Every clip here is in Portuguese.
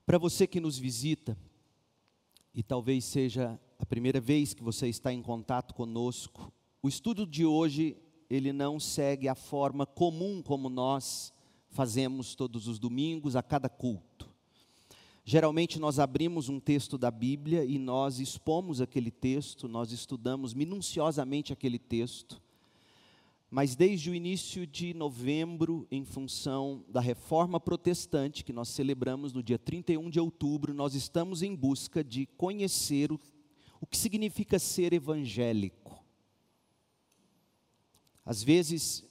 Para você que nos visita, e talvez seja a primeira vez que você está em contato conosco, o estudo de hoje, ele não segue a forma comum como nós fazemos todos os domingos, a cada culto. Geralmente nós abrimos um texto da Bíblia e nós expomos aquele texto, nós estudamos minuciosamente aquele texto, mas desde o início de novembro, em função da Reforma Protestante, que nós celebramos no dia 31 de outubro, nós estamos em busca de conhecer o que significa ser evangélico. Às vezes,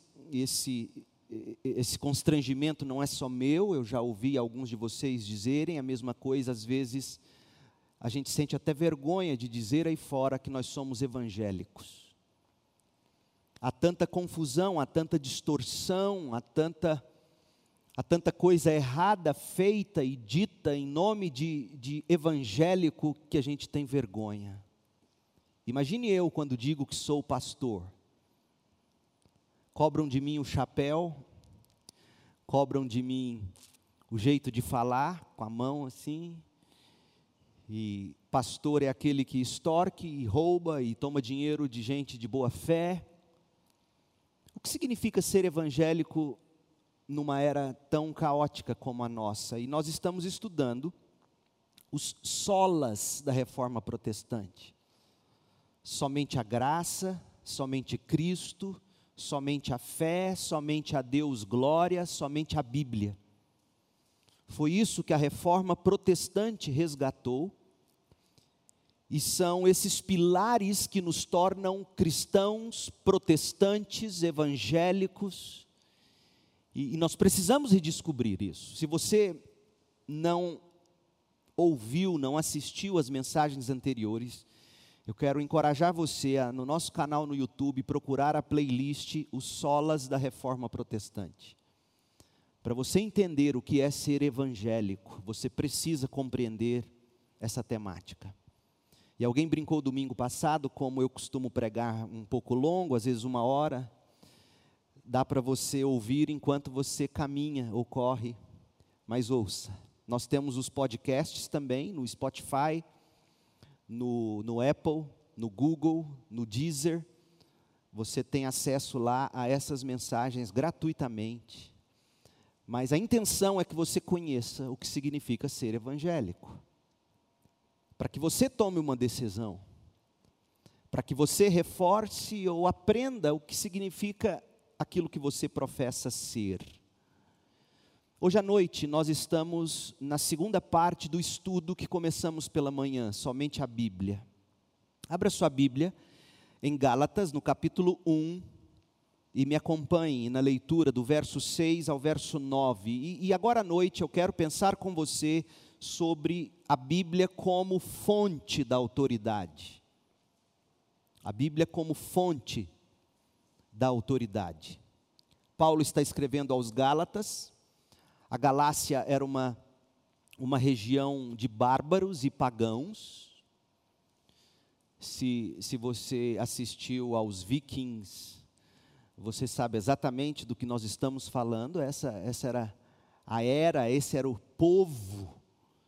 esse constrangimento não é só meu, eu já ouvi alguns de vocês dizerem a mesma coisa. Às vezes, a gente sente até vergonha de dizer aí fora que nós somos evangélicos. Há tanta confusão, há tanta distorção, há tanta coisa errada feita e dita em nome de evangélico que a gente tem vergonha. Imagine eu quando digo que sou pastor. Cobram de mim o chapéu, cobram de mim o jeito de falar, com a mão assim. E pastor é aquele que extorque e rouba e toma dinheiro de gente de boa fé. O que significa ser evangélico numa era tão caótica como a nossa? E nós estamos estudando os solas da Reforma Protestante. Somente a graça, somente Cristo, somente a fé, somente a Deus glória, somente a Bíblia. Foi isso que a Reforma Protestante resgatou. E são esses pilares que nos tornam cristãos, protestantes, evangélicos. E nós precisamos redescobrir isso. Se você não ouviu, não assistiu às mensagens anteriores, eu quero encorajar você a, no nosso canal no YouTube, procurar a playlist Os Solas da Reforma Protestante. Para você entender o que é ser evangélico, você precisa compreender essa temática. E alguém brincou domingo passado, como eu costumo pregar um pouco longo, às vezes 1 hora, dá para você ouvir enquanto você caminha ou corre, mas ouça. Nós temos os podcasts também, no Spotify, no Apple, no Google, no Deezer. Você tem acesso lá a essas mensagens gratuitamente. Mas a intenção é que você conheça o que significa ser evangélico. Para que você tome uma decisão, para que você reforce ou aprenda o que significa aquilo que você professa ser. Hoje à noite nós estamos na segunda parte do estudo que começamos pela manhã, somente a Bíblia. Abra sua Bíblia em Gálatas, no capítulo 1, e me acompanhe na leitura do verso 6 ao verso 9. E agora à noite eu quero pensar com você sobre a Bíblia como fonte da autoridade. A Bíblia como fonte da autoridade. Paulo está escrevendo aos Gálatas. A Galácia era uma região de bárbaros e pagãos. Se você assistiu aos Vikings, você sabe exatamente do que nós estamos falando. Essa era a era, esse era o povo.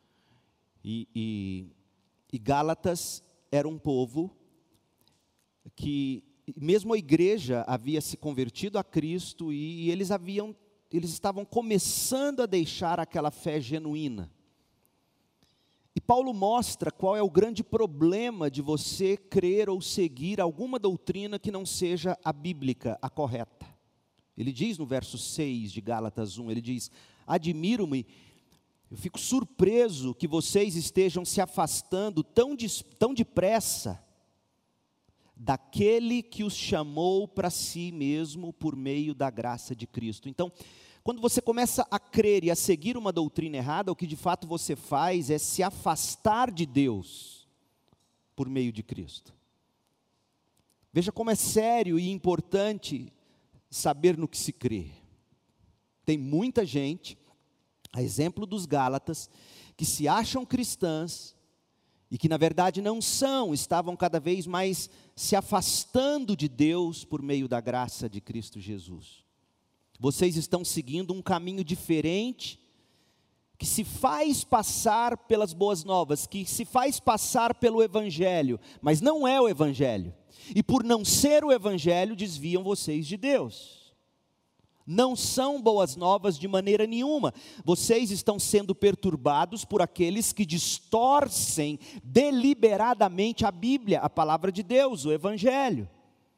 E Gálatas era um povo que, mesmo a igreja havia se convertido a Cristo e eles estavam começando a deixar aquela fé genuína. E Paulo mostra qual é o grande problema de você crer ou seguir alguma doutrina que não seja a bíblica, a correta. Ele diz no verso 6 de Gálatas 1, ele diz: admiro-me, eu fico surpreso que vocês estejam se afastando tão depressa daquele que os chamou para si mesmo por meio da graça de Cristo. Então, quando você começa a crer e a seguir uma doutrina errada, o que de fato você faz é se afastar de Deus por meio de Cristo. Veja como é sério e importante saber no que se crê. Tem muita gente, a exemplo dos Gálatas, que se acham cristãs e que na verdade não são, estavam cada vez mais se afastando de Deus por meio da graça de Cristo Jesus. Vocês estão seguindo um caminho diferente que se faz passar pelas boas novas, que se faz passar pelo Evangelho, mas não é o Evangelho. E por não ser o Evangelho, desviam vocês de Deus. Não são boas novas de maneira nenhuma. Vocês estão sendo perturbados por aqueles que distorcem deliberadamente a Bíblia, a palavra de Deus, o Evangelho.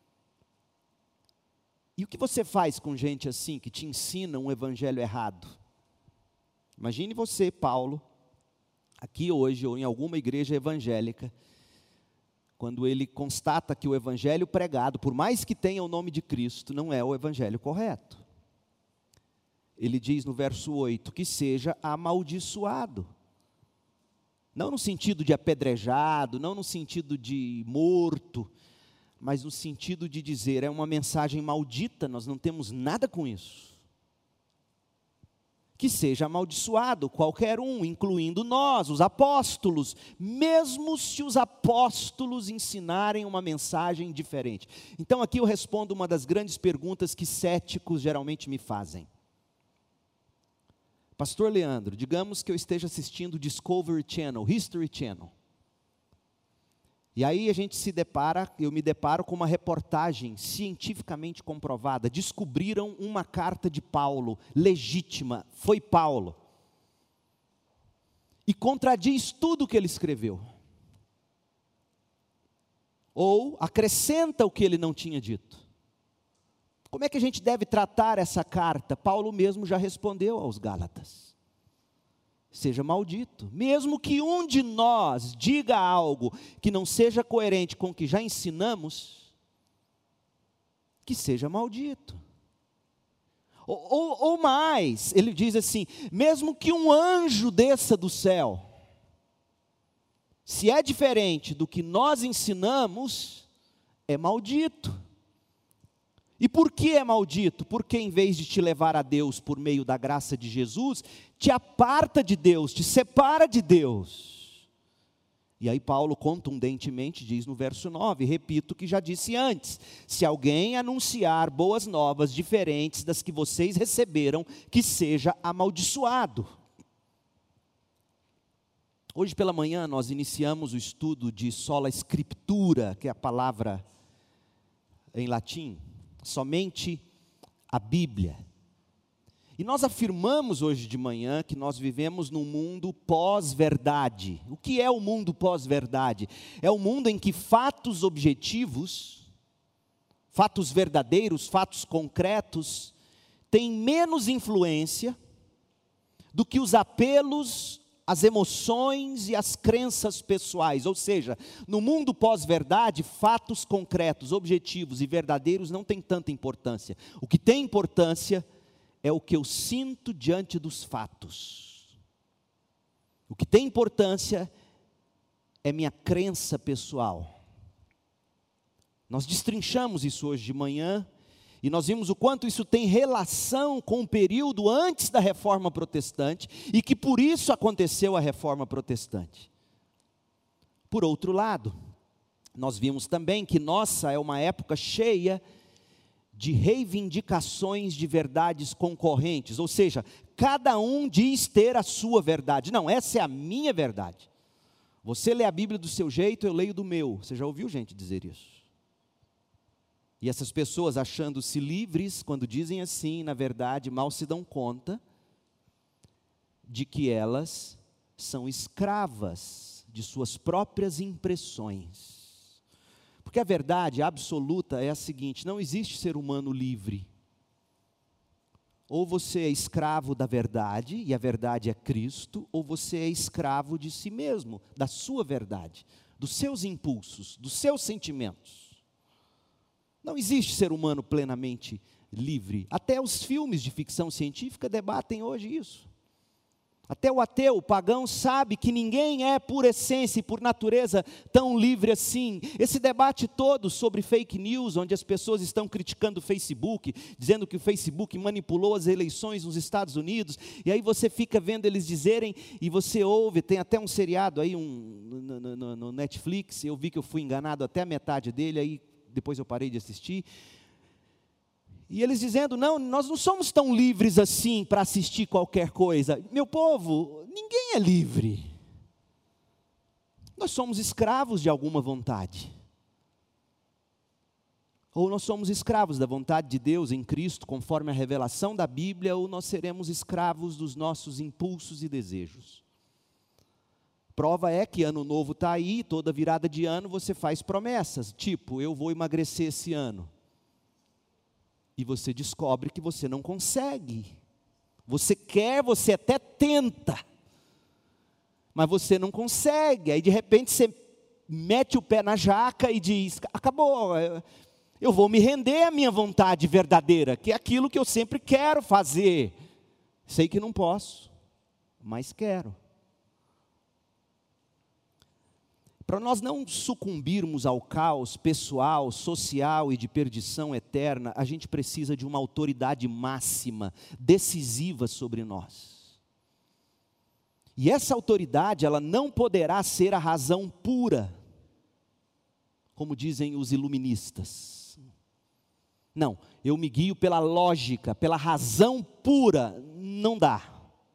E o que você faz com gente assim, que te ensina um Evangelho errado? Imagine você, Paulo, aqui hoje ou em alguma igreja evangélica, quando ele constata que o evangelho pregado, por mais que tenha o nome de Cristo, não é o evangelho correto. Ele diz no verso 8, que seja amaldiçoado. Não no sentido de apedrejado, não no sentido de morto, mas no sentido de dizer, é uma mensagem maldita, nós não temos nada com isso. Que seja amaldiçoado qualquer um, incluindo nós, os apóstolos, mesmo se os apóstolos ensinarem uma mensagem diferente. Então aqui eu respondo uma das grandes perguntas que céticos geralmente me fazem. Pastor Leandro, digamos que eu esteja assistindo Discovery Channel, History Channel. E aí eu me deparo com uma reportagem cientificamente comprovada. Descobriram uma carta de Paulo, legítima, foi Paulo. E contradiz tudo o que ele escreveu. Ou acrescenta o que ele não tinha dito. Como é que a gente deve tratar essa carta? Paulo mesmo já respondeu aos Gálatas. Seja maldito, mesmo que um de nós diga algo que não seja coerente com o que já ensinamos, que seja maldito. Ou mais, ele diz assim, mesmo que um anjo desça do céu, se é diferente do que nós ensinamos, é maldito. E por que é maldito? Porque em vez de te levar a Deus por meio da graça de Jesus, te aparta de Deus, te separa de Deus. E aí Paulo contundentemente diz no verso 9, repito o que já disse antes, se alguém anunciar boas novas diferentes das que vocês receberam, que seja amaldiçoado. Hoje pela manhã nós iniciamos o estudo de sola scriptura, que é a palavra em latim, somente a Bíblia. E nós afirmamos hoje de manhã que nós vivemos num mundo pós-verdade. O que é o mundo pós-verdade? É o mundo em que fatos objetivos, fatos verdadeiros, fatos concretos, têm menos influência do que os apelos, as emoções e as crenças pessoais. Ou seja, no mundo pós-verdade, fatos concretos, objetivos e verdadeiros não têm tanta importância. O que tem importância é o que eu sinto diante dos fatos. O que tem importância é minha crença pessoal. Nós destrinchamos isso hoje de manhã, e nós vimos o quanto isso tem relação com o período antes da Reforma Protestante, e que por isso aconteceu a Reforma Protestante. Por outro lado, nós vimos também que nossa é uma época cheia de reivindicações de verdades concorrentes, ou seja, cada um diz ter a sua verdade. Não, essa é a minha verdade. Você lê a Bíblia do seu jeito, eu leio do meu. Você já ouviu gente dizer isso? E essas pessoas achando-se livres, quando dizem assim, na verdade, mal se dão conta de que elas são escravas de suas próprias impressões. Porque a verdade absoluta é a seguinte: não existe ser humano livre. Ou você é escravo da verdade, e a verdade é Cristo, ou você é escravo de si mesmo, da sua verdade, dos seus impulsos, dos seus sentimentos. Não existe ser humano plenamente livre. Até os filmes de ficção científica debatem hoje isso. Até o ateu, o pagão, sabe que ninguém é por essência e por natureza tão livre assim. Esse debate todo sobre fake news, onde as pessoas estão criticando o Facebook, dizendo que o Facebook manipulou as eleições nos Estados Unidos, e aí você fica vendo eles dizerem, e você ouve, tem até um seriado aí no Netflix, eu vi que eu fui enganado até a metade dele, aí depois eu parei de assistir. E eles dizendo, não, nós não somos tão livres assim para assistir qualquer coisa. Meu povo, ninguém é livre. Nós somos escravos de alguma vontade. Ou nós somos escravos da vontade de Deus em Cristo, conforme a revelação da Bíblia, ou nós seremos escravos dos nossos impulsos e desejos. Prova é que ano novo está aí, toda virada de ano você faz promessas, tipo, eu vou emagrecer esse ano. E você descobre que você não consegue. Você quer, você até tenta, mas você não consegue. Aí de repente você mete o pé na jaca e diz, acabou, eu vou me render à minha vontade verdadeira, que é aquilo que eu sempre quero fazer. Sei que não posso, mas quero. Para nós não sucumbirmos ao caos pessoal, social e de perdição eterna, a gente precisa de uma autoridade máxima, decisiva sobre nós. E essa autoridade, ela não poderá ser a razão pura, como dizem os iluministas. Não, eu me guio pela lógica, pela razão pura, não dá.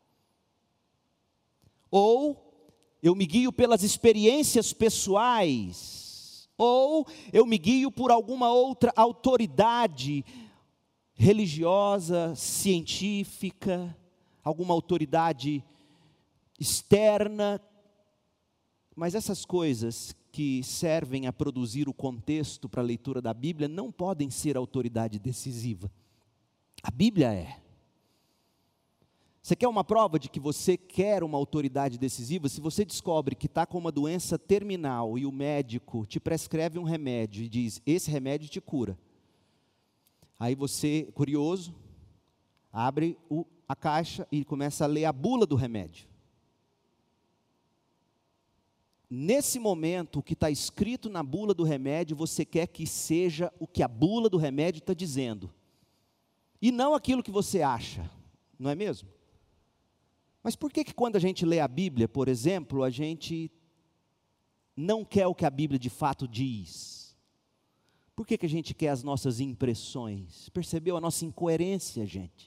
Ou eu me guio pelas experiências pessoais, ou eu me guio por alguma outra autoridade religiosa, científica, alguma autoridade externa, mas essas coisas que servem a produzir o contexto para a leitura da Bíblia não podem ser autoridade decisiva. A Bíblia é. Você quer uma prova de que você quer uma autoridade decisiva? Se você descobre que está com uma doença terminal e o médico te prescreve um remédio e diz, esse remédio te cura. Aí você, curioso, abre a caixa e começa a ler a bula do remédio. Nesse momento, o que está escrito na bula do remédio, você quer que seja o que a bula do remédio está dizendo. E não aquilo que você acha, não é mesmo? Mas por que quando a gente lê a Bíblia, por exemplo, a gente não quer o que a Bíblia de fato diz? Por que a gente quer as nossas impressões? Percebeu a nossa incoerência, gente?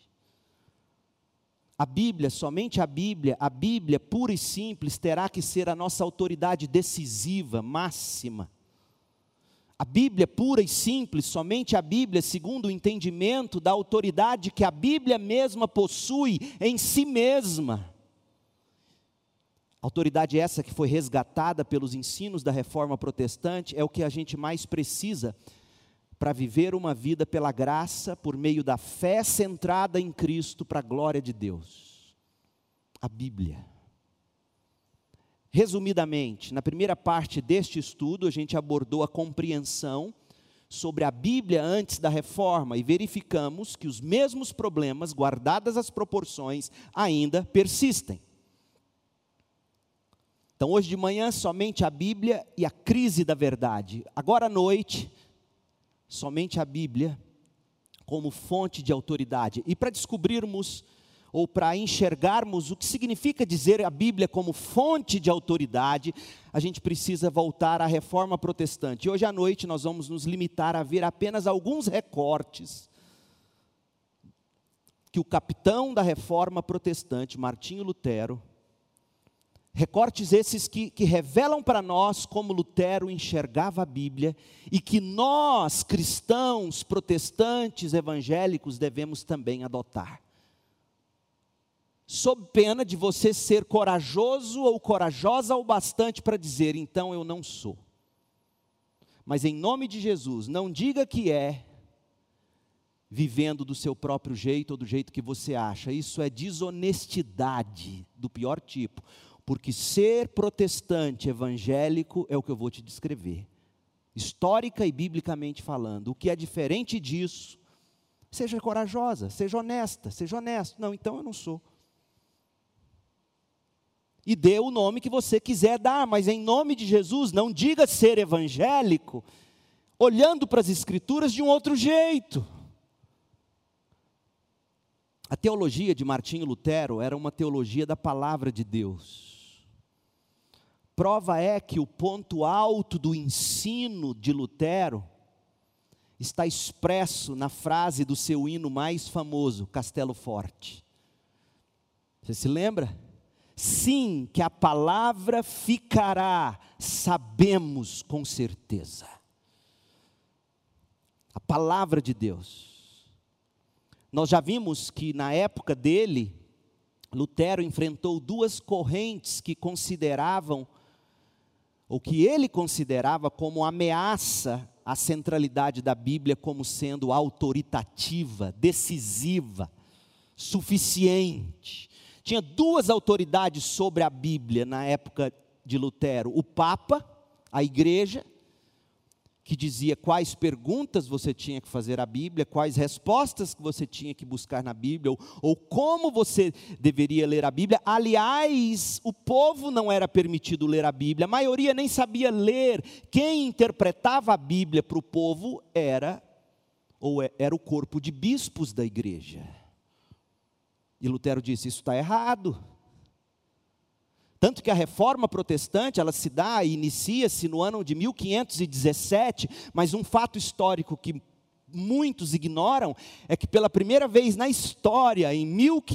A Bíblia, somente a Bíblia pura e simples, terá que ser a nossa autoridade decisiva, máxima. A Bíblia pura e simples, somente a Bíblia, segundo o entendimento da autoridade que a Bíblia mesma possui em si mesma. Autoridade essa que foi resgatada pelos ensinos da Reforma Protestante, é o que a gente mais precisa para viver uma vida pela graça, por meio da fé centrada em Cristo, para a glória de Deus. A Bíblia. Resumidamente, na primeira parte deste estudo, a gente abordou a compreensão sobre a Bíblia antes da Reforma e verificamos que os mesmos problemas, guardadas as proporções, ainda persistem. Então, hoje de manhã, somente a Bíblia e a crise da verdade. Agora à noite, somente a Bíblia como fonte de autoridade. E para descobrirmos ou para enxergarmos o que significa dizer a Bíblia como fonte de autoridade, a gente precisa voltar à Reforma Protestante. E hoje à noite nós vamos nos limitar a ver apenas alguns recortes que o capitão da Reforma Protestante, Martinho Lutero, recortes esses que revelam para nós como Lutero enxergava a Bíblia e que nós, cristãos, protestantes, evangélicos, devemos também adotar. Sob pena de você ser corajoso ou corajosa o bastante para dizer, então eu não sou. Mas em nome de Jesus, não diga que é vivendo do seu próprio jeito ou do jeito que você acha. Isso é desonestidade do pior tipo. Porque ser protestante evangélico é o que eu vou te descrever. Histórica e biblicamente falando. O que é diferente disso, seja corajosa, seja honesta, seja honesto. Não, então eu não sou. E dê o nome que você quiser dar, mas em nome de Jesus, não diga ser evangélico, olhando para as Escrituras de um outro jeito. A teologia de Martinho Lutero era uma teologia da palavra de Deus. Prova é que o ponto alto do ensino de Lutero está expresso na frase do seu hino mais famoso, Castelo Forte. Você se lembra? Sim, que a palavra ficará, sabemos com certeza. A palavra de Deus. Nós já vimos que na época dele, Lutero enfrentou duas correntes que consideravam, ou que ele considerava como ameaça à centralidade da Bíblia como sendo autoritativa, decisiva, suficiente. Tinha duas autoridades sobre a Bíblia na época de Lutero: o Papa, a Igreja, que dizia quais perguntas você tinha que fazer à Bíblia, quais respostas que você tinha que buscar na Bíblia, ou como você deveria ler a Bíblia. Aliás, o povo não era permitido ler a Bíblia, a maioria nem sabia ler. Quem interpretava a Bíblia para o povo era o corpo de bispos da igreja. E Lutero disse, isso está errado. Tanto que a reforma protestante, ela se dá e inicia-se no ano de 1517, mas um fato histórico que muitos ignoram, é que pela primeira vez na história, em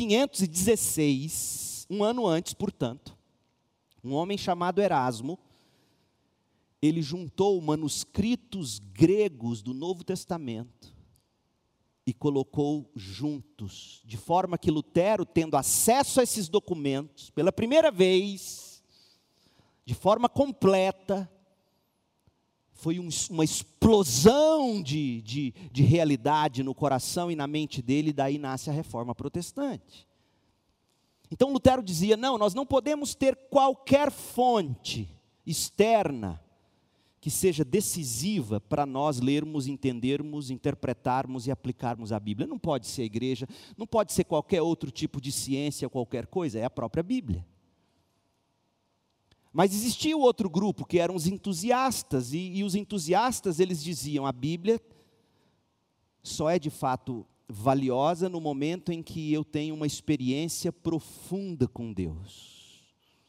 1516, um ano antes, portanto, um homem chamado Erasmo, ele juntou manuscritos gregos do Novo Testamento, e colocou juntos, de forma que Lutero, tendo acesso a esses documentos, pela primeira vez, de forma completa, foi uma explosão de realidade no coração e na mente dele, e daí nasce a reforma protestante. Então Lutero dizia, não, nós não podemos ter qualquer fonte externa, que seja decisiva para nós lermos, entendermos, interpretarmos e aplicarmos a Bíblia. Não pode ser a igreja, não pode ser qualquer outro tipo de ciência, qualquer coisa, é a própria Bíblia. Mas existia o outro grupo, que eram os entusiastas, e os entusiastas, eles diziam, a Bíblia só é de fato valiosa no momento em que eu tenho uma experiência profunda com Deus.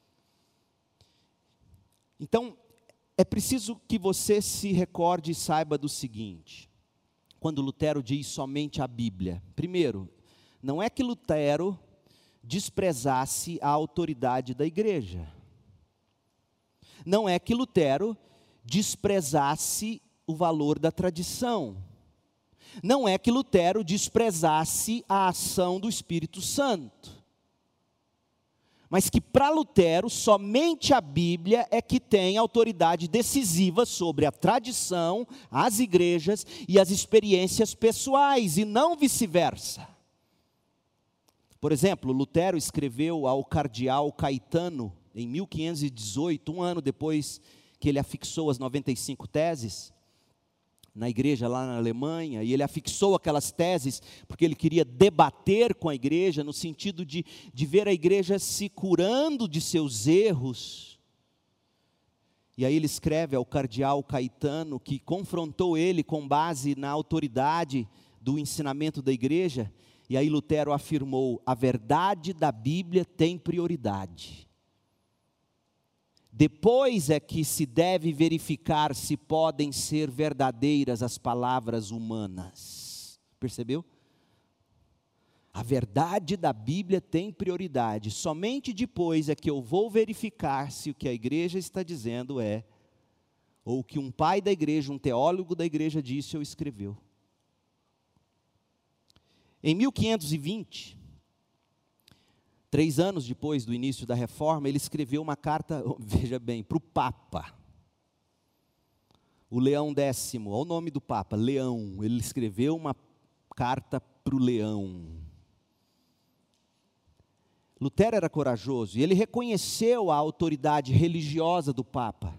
Então, é preciso que você se recorde e saiba do seguinte, quando Lutero diz somente a Bíblia. Primeiro, não é que Lutero desprezasse a autoridade da igreja. Não é que Lutero desprezasse o valor da tradição. Não é que Lutero desprezasse a ação do Espírito Santo. Mas que para Lutero, somente a Bíblia é que tem autoridade decisiva sobre a tradição, as igrejas e as experiências pessoais, e não vice-versa. Por exemplo, Lutero escreveu ao cardeal Caetano, em 1518, um ano depois que ele afixou as 95 teses, na igreja lá na Alemanha, e ele afixou aquelas teses, porque ele queria debater com a igreja, no sentido de ver a igreja se curando de seus erros. E aí ele escreve ao cardeal Caetano, que confrontou ele com base na autoridade do ensinamento da igreja, e aí Lutero afirmou, a verdade da Bíblia tem prioridade. Depois é que se deve verificar se podem ser verdadeiras as palavras humanas. Percebeu? A verdade da Bíblia tem prioridade. Somente depois é que eu vou verificar se o que a igreja está dizendo é, ou o que um pai da igreja, um teólogo da igreja disse ou escreveu. Em 1520, 3 anos depois do início da reforma, ele escreveu uma carta, veja bem, para o Papa, o Leão X, olha o nome do Papa, Leão, ele escreveu uma carta para o Leão. Lutero era corajoso, e ele reconheceu a autoridade religiosa do Papa,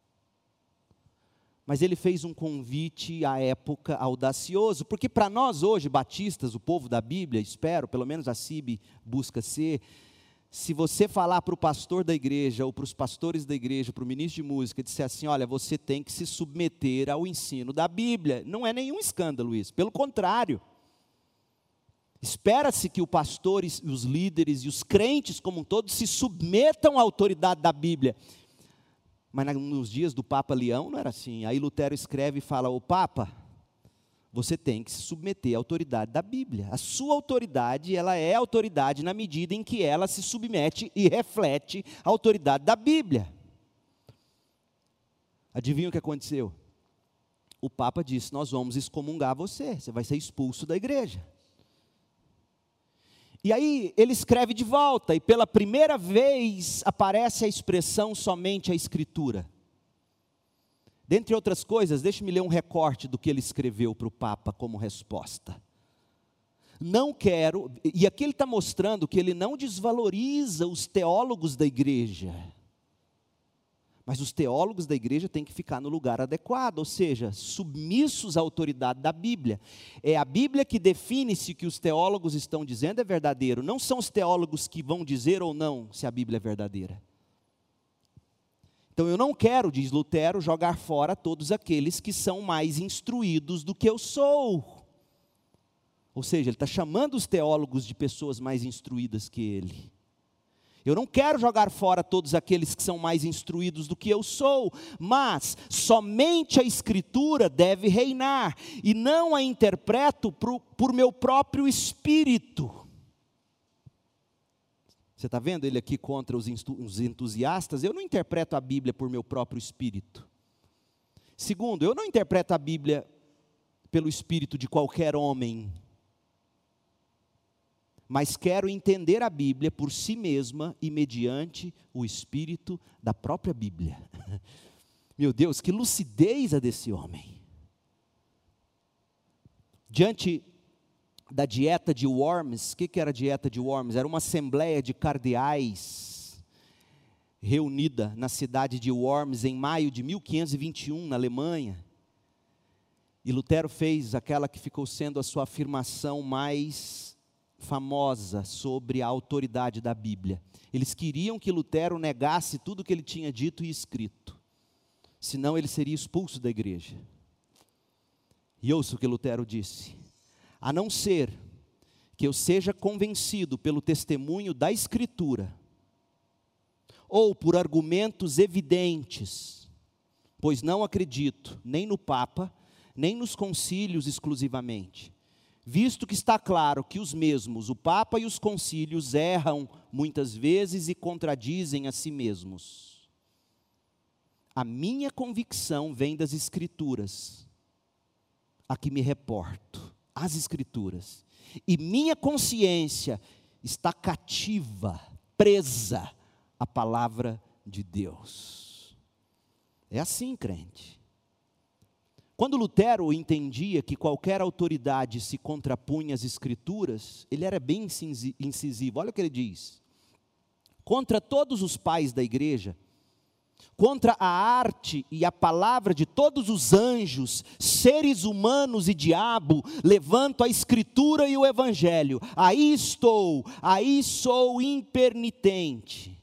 mas ele fez um convite à época audacioso, porque para nós hoje, batistas, o povo da Bíblia, espero, pelo menos a CIB busca ser, se você falar para o pastor da igreja, ou para os pastores da igreja, para o ministro de música, disser assim, olha, você tem que se submeter ao ensino da Bíblia, não é nenhum escândalo isso, pelo contrário. Espera-se que o pastor, os líderes e os crentes como um todo se submetam à autoridade da Bíblia. Mas nos dias do Papa Leão não era assim. Aí Lutero escreve e fala, o Papa, você tem que se submeter à autoridade da Bíblia. A sua autoridade, ela é autoridade na medida em que ela se submete e reflete a autoridade da Bíblia. Adivinha o que aconteceu? O Papa disse: nós vamos excomungar você, você vai ser expulso da igreja. E aí ele escreve de volta, e pela primeira vez aparece a expressão somente a Escritura. Dentre outras coisas, deixe-me ler um recorte do que ele escreveu para o Papa como resposta. Não quero, e aqui ele está mostrando que ele não desvaloriza os teólogos da igreja, mas os teólogos da igreja têm que ficar no lugar adequado, ou seja, submissos à autoridade da Bíblia. É a Bíblia que define se o que os teólogos estão dizendo é verdadeiro, não são os teólogos que vão dizer ou não se a Bíblia é verdadeira. Então eu não quero, diz Lutero, jogar fora todos aqueles que são mais instruídos do que eu sou. Ou seja, ele está chamando os teólogos de pessoas mais instruídas que ele. Eu não quero jogar fora todos aqueles que são mais instruídos do que eu sou, mas somente a Escritura deve reinar, e não a interpreto por meu próprio espírito. Você está vendo ele aqui contra os entusiastas? Eu não interpreto a Bíblia por meu próprio espírito. Segundo, eu não interpreto a Bíblia pelo espírito de qualquer homem, mas quero entender a Bíblia por si mesma e mediante o espírito da própria Bíblia. Meu Deus, que lucidez a desse homem. Diante da dieta de Worms. O que era a dieta de Worms? Era uma assembleia de cardeais reunida na cidade de Worms em maio de 1521, na Alemanha. E Lutero fez aquela que ficou sendo a sua afirmação mais famosa sobre a autoridade da Bíblia. Eles queriam que Lutero negasse tudo o que ele tinha dito e escrito, senão ele seria expulso da igreja. E ouça o que Lutero disse: a não ser que eu seja convencido pelo testemunho da Escritura, ou por argumentos evidentes, pois não acredito nem no Papa, nem nos concílios exclusivamente, visto que está claro que os mesmos, o Papa e os concílios, erram muitas vezes e contradizem a si mesmos. A minha convicção vem das Escrituras, a que me reporto. As Escrituras, e minha consciência está cativa, presa à palavra de Deus. É assim, crente. Quando Lutero entendia que qualquer autoridade se contrapunha às Escrituras, ele era bem incisivo. Olha o que ele diz: contra todos os pais da igreja, contra a arte e a palavra de todos os anjos, seres humanos e diabo, levanto a Escritura e o Evangelho. Aí sou impertinente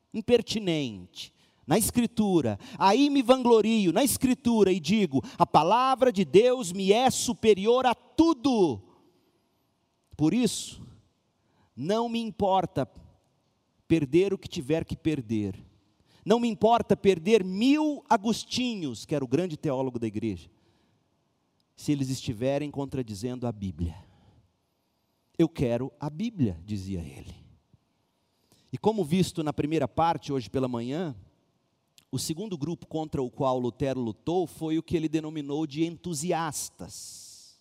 na Escritura. Aí me vanglorio na Escritura e digo: a palavra de Deus me é superior a tudo. Por isso, não me importa perder o que tiver que perder. Não me importa perder 1000 Agostinhos, que era o grande teólogo da igreja, se eles estiverem contradizendo a Bíblia. Eu quero a Bíblia, dizia ele. E como visto na primeira parte, hoje pela manhã, o segundo grupo contra o qual Lutero lutou foi o que ele denominou de entusiastas.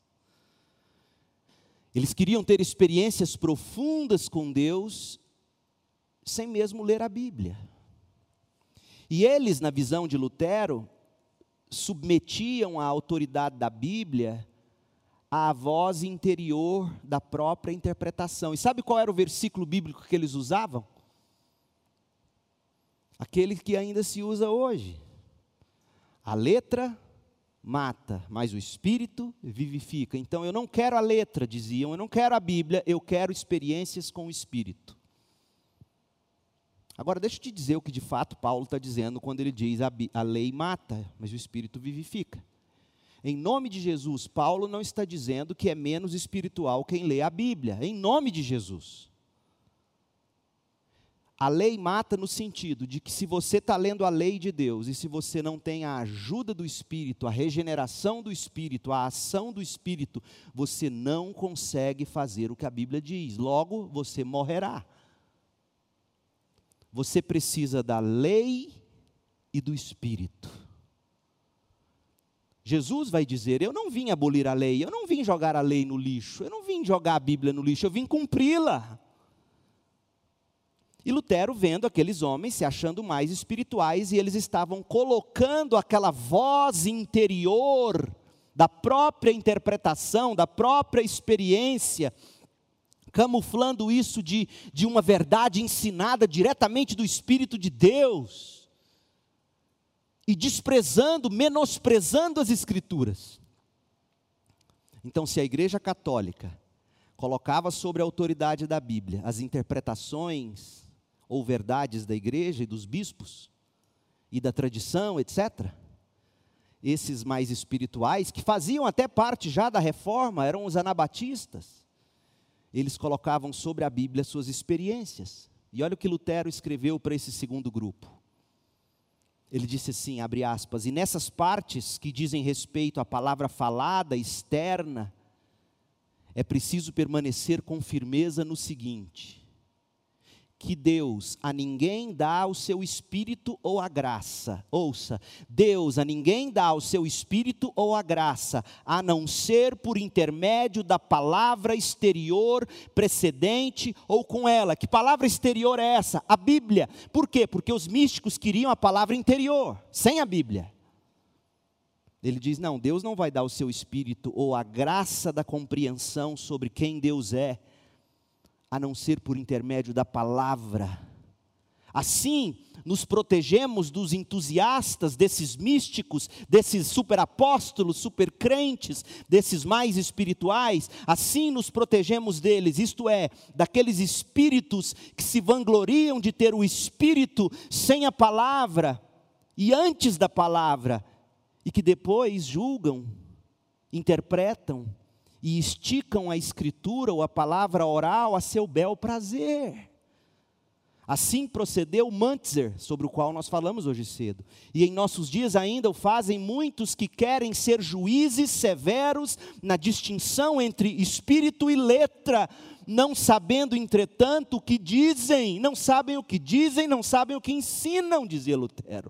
Eles queriam ter experiências profundas com Deus, sem mesmo ler a Bíblia. E eles, na visão de Lutero, submetiam a autoridade da Bíblia à voz interior da própria interpretação. E sabe qual era o versículo bíblico que eles usavam? Aquele que ainda se usa hoje. A letra mata, mas o Espírito vivifica. Então eu não quero a letra, diziam, eu não quero a Bíblia, eu quero experiências com o Espírito. Agora, deixa eu te dizer o que de fato Paulo está dizendo quando ele diz a lei mata, mas o Espírito vivifica. Em nome de Jesus, Paulo não está dizendo que é menos espiritual quem lê a Bíblia, em nome de Jesus. A lei mata no sentido de que se você está lendo a lei de Deus e se você não tem a ajuda do Espírito, a regeneração do Espírito, a ação do Espírito, você não consegue fazer o que a Bíblia diz. Logo, você morrerá. Você precisa da lei e do Espírito. Jesus vai dizer: eu não vim abolir a lei, eu não vim jogar a lei no lixo, eu não vim jogar a Bíblia no lixo, eu vim cumpri-la. E Lutero, vendo aqueles homens se achando mais espirituais, e eles estavam colocando aquela voz interior da própria interpretação, da própria experiência, camuflando isso de uma verdade ensinada diretamente do Espírito de Deus, e desprezando, menosprezando as Escrituras. Então, se a Igreja Católica colocava sobre a autoridade da Bíblia as interpretações ou verdades da igreja e dos bispos, e da tradição, etc., esses mais espirituais, que faziam até parte já da reforma, eram os anabatistas, eles colocavam sobre a Bíblia suas experiências. E olha o que Lutero escreveu para esse segundo grupo. Ele disse assim, abre aspas: e nessas partes que dizem respeito à palavra falada, externa, é preciso permanecer com firmeza no seguinte: que Deus a ninguém dá o seu Espírito ou a graça. Ouça, Deus a ninguém dá o seu Espírito ou a graça, a não ser por intermédio da palavra exterior, precedente ou com ela. Que palavra exterior é essa? A Bíblia. Por quê? Porque os místicos queriam a palavra interior, sem a Bíblia. Ele diz, não, Deus não vai dar o seu Espírito ou a graça da compreensão sobre quem Deus é, a não ser por intermédio da palavra. Assim, nos protegemos dos entusiastas, desses místicos, desses superapóstolos, supercrentes, desses mais espirituais. Assim nos protegemos deles, isto é, daqueles espíritos que se vangloriam de ter o Espírito sem a palavra e antes da palavra, e que depois julgam, interpretam e esticam a Escritura ou a palavra oral a seu bel prazer. Assim procedeu Mantzer, sobre o qual nós falamos hoje cedo. E em nossos dias ainda o fazem muitos que querem ser juízes severos na distinção entre espírito e letra, não sabendo, entretanto, o que dizem. Não sabem o que dizem, não sabem o que ensinam, dizia Lutero.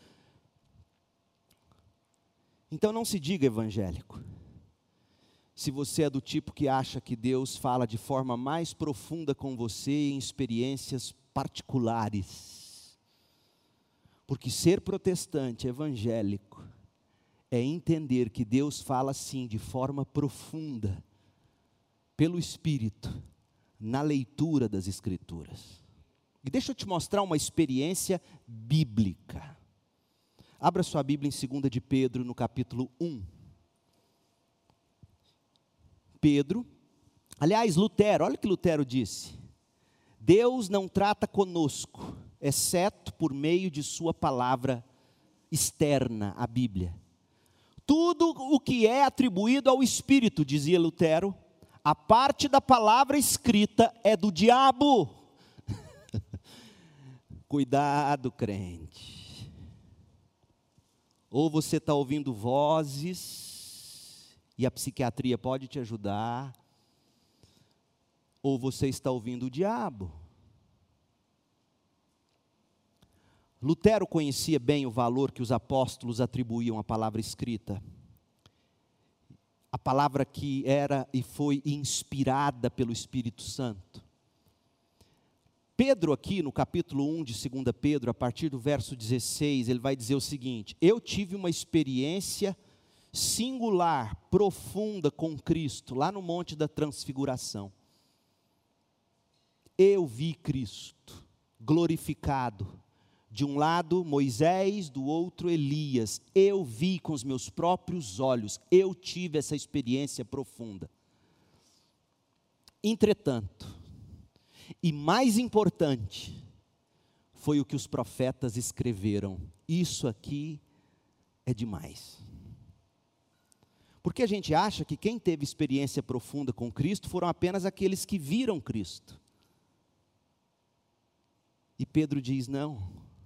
Então não se diga evangélico, se você é do tipo que acha que Deus fala de forma mais profunda com você em experiências particulares. Porque ser protestante, evangélico, é entender que Deus fala sim de forma profunda, pelo Espírito, na leitura das Escrituras. E deixa eu te mostrar uma experiência bíblica. Abra sua Bíblia em 2 de Pedro, no capítulo 1. Pedro, aliás, Lutero, olha o que Lutero disse: Deus não trata conosco, exceto por meio de sua palavra externa, a Bíblia. Tudo o que é atribuído ao Espírito, dizia Lutero, a parte da palavra escrita é do diabo. Cuidado, crente. Ou você está ouvindo vozes, e a psiquiatria pode te ajudar, ou você está ouvindo o diabo. Lutero conhecia bem o valor que os apóstolos atribuíam à palavra escrita. A palavra que era e foi inspirada pelo Espírito Santo. Pedro aqui no capítulo 1 de 2 Pedro, a partir do verso 16, ele vai dizer o seguinte: eu tive uma experiência singular, profunda com Cristo, lá no Monte da Transfiguração. Eu vi Cristo glorificado, de um lado Moisés, do outro Elias. Eu vi com os meus próprios olhos, eu tive essa experiência profunda. Entretanto, e mais importante, foi o que os profetas escreveram. Isso aqui é demais. Porque a gente acha que quem teve experiência profunda com Cristo foram apenas aqueles que viram Cristo. E Pedro diz: não,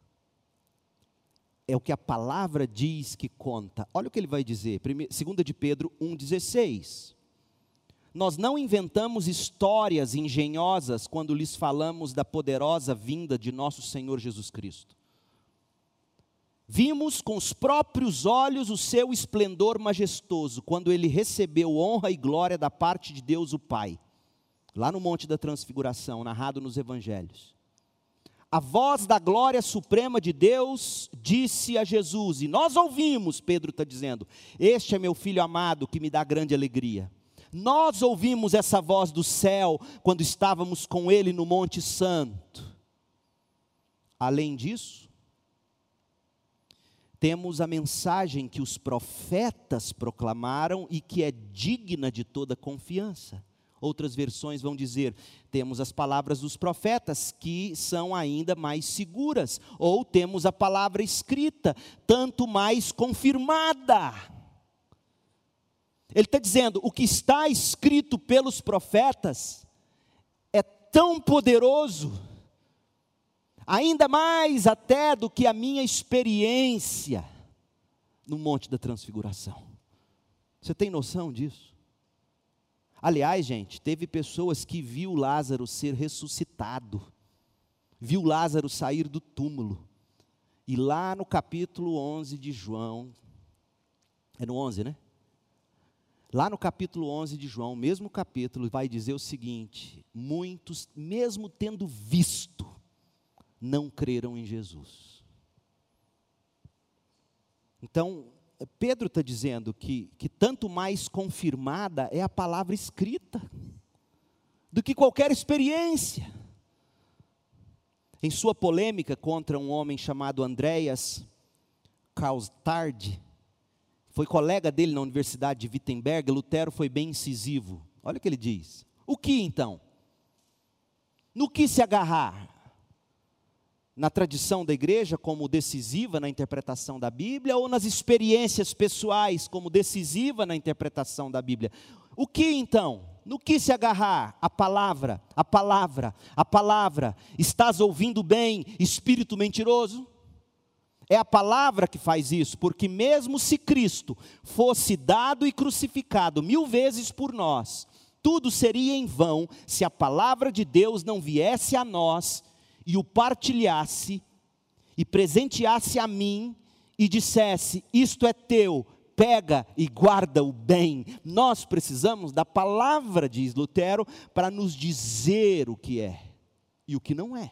é o que a palavra diz que conta. Olha o que ele vai dizer, 2 de Pedro 1,16. Nós não inventamos histórias engenhosas quando lhes falamos da poderosa vinda de nosso Senhor Jesus Cristo. Vimos com os próprios olhos o seu esplendor majestoso, quando ele recebeu honra e glória da parte de Deus o Pai, lá no Monte da Transfiguração, narrado nos Evangelhos. A voz da glória suprema de Deus disse a Jesus, e nós ouvimos, Pedro está dizendo: este é meu filho amado que me dá grande alegria. Nós ouvimos essa voz do céu quando estávamos com ele no Monte Santo. Além disso, temos a mensagem que os profetas proclamaram e que é digna de toda confiança. Outras versões vão dizer, temos as palavras dos profetas que são ainda mais seguras. Ou temos a palavra escrita, tanto mais confirmada. Ele está dizendo, o que está escrito pelos profetas é tão poderoso, ainda mais até do que a minha experiência no Monte da Transfiguração. Você tem noção disso? Aliás, gente, teve pessoas que viu Lázaro ser ressuscitado, viu Lázaro sair do túmulo, e lá no capítulo 11 de João, é no 11, né? Lá no capítulo 11 de João, mesmo capítulo, vai dizer o seguinte: muitos, mesmo tendo visto, não creram em Jesus. Então, Pedro está dizendo que tanto mais confirmada é a palavra escrita, do que qualquer experiência. Em sua polêmica contra um homem chamado Andreas Kaustard, foi colega dele na Universidade de Wittenberg, Lutero foi bem incisivo. Olha o que ele diz. O que então? No que se agarrar? Na tradição da igreja como decisiva na interpretação da Bíblia, ou nas experiências pessoais como decisiva na interpretação da Bíblia? O que então? No que se agarrar? A palavra, a palavra, a palavra. Estás ouvindo bem, espírito mentiroso? É a palavra que faz isso, porque mesmo se Cristo fosse dado e crucificado 1000 vezes por nós, tudo seria em vão se a palavra de Deus não viesse a nós e o partilhasse, e presenteasse a mim, e dissesse, isto é teu, pega e guarda-o bem. Nós precisamos da palavra, diz Lutero, para nos dizer o que é e o que não é.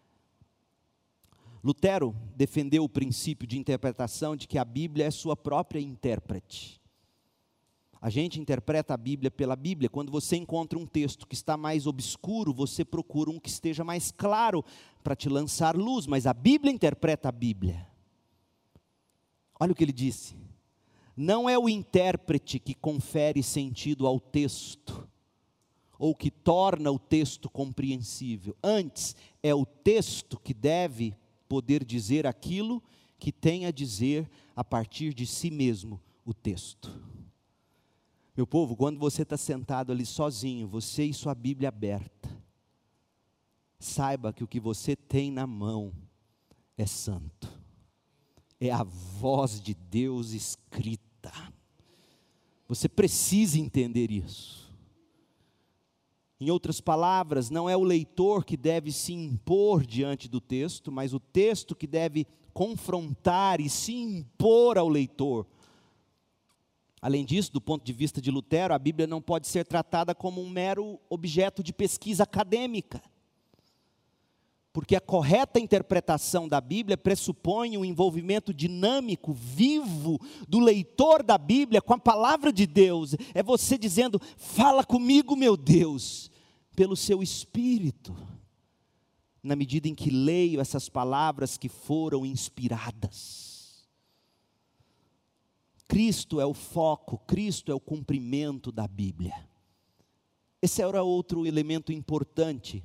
Lutero defendeu o princípio de interpretação de que a Bíblia é sua própria intérprete. A gente interpreta a Bíblia pela Bíblia. Quando você encontra um texto que está mais obscuro, você procura um que esteja mais claro para te lançar luz, mas a Bíblia interpreta a Bíblia. Olha o que ele disse: não é o intérprete que confere sentido ao texto, ou que torna o texto compreensível. Antes, é o texto que deve poder dizer aquilo que tem a dizer a partir de si mesmo o texto. Meu povo, quando você está sentado ali sozinho, você e sua Bíblia aberta, saiba que o que você tem na mão é santo, é a voz de Deus escrita. Você precisa entender isso. Em outras palavras, não é o leitor que deve se impor diante do texto, mas o texto que deve confrontar e se impor ao leitor. Além disso, do ponto de vista de Lutero, a Bíblia não pode ser tratada como um mero objeto de pesquisa acadêmica. Porque a correta interpretação da Bíblia pressupõe um envolvimento dinâmico, vivo, do leitor da Bíblia com a palavra de Deus. É você dizendo, fala comigo, meu Deus, pelo seu Espírito. Na medida em que leio essas palavras que foram inspiradas. Cristo é o foco, Cristo é o cumprimento da Bíblia. Esse era outro elemento importante.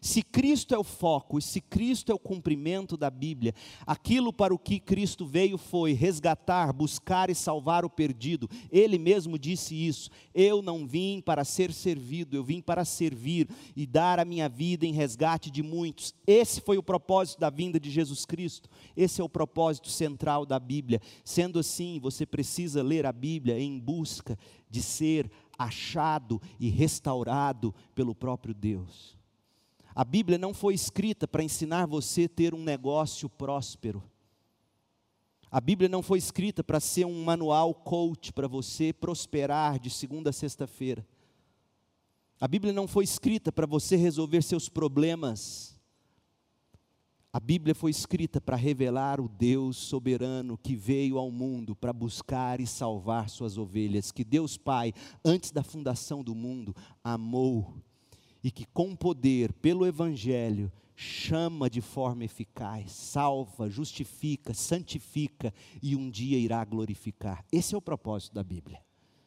Se Cristo é o foco, e se Cristo é o cumprimento da Bíblia, aquilo para o que Cristo veio foi resgatar, buscar e salvar o perdido. Ele mesmo disse isso: eu não vim para ser servido, eu vim para servir e dar a minha vida em resgate de muitos. Esse foi o propósito da vinda de Jesus Cristo, esse é o propósito central da Bíblia. Sendo assim, você precisa ler a Bíblia em busca de ser achado e restaurado pelo próprio Deus. A Bíblia não foi escrita para ensinar você a ter um negócio próspero. A Bíblia não foi escrita para ser um manual coach para você prosperar de segunda a sexta-feira. A Bíblia não foi escrita para você resolver seus problemas. A Bíblia foi escrita para revelar o Deus soberano que veio ao mundo para buscar e salvar suas ovelhas, que Deus Pai, antes da fundação do mundo, amou e que com poder, pelo Evangelho, chama de forma eficaz, salva, justifica, santifica e um dia irá glorificar. Esse é o propósito da Bíblia.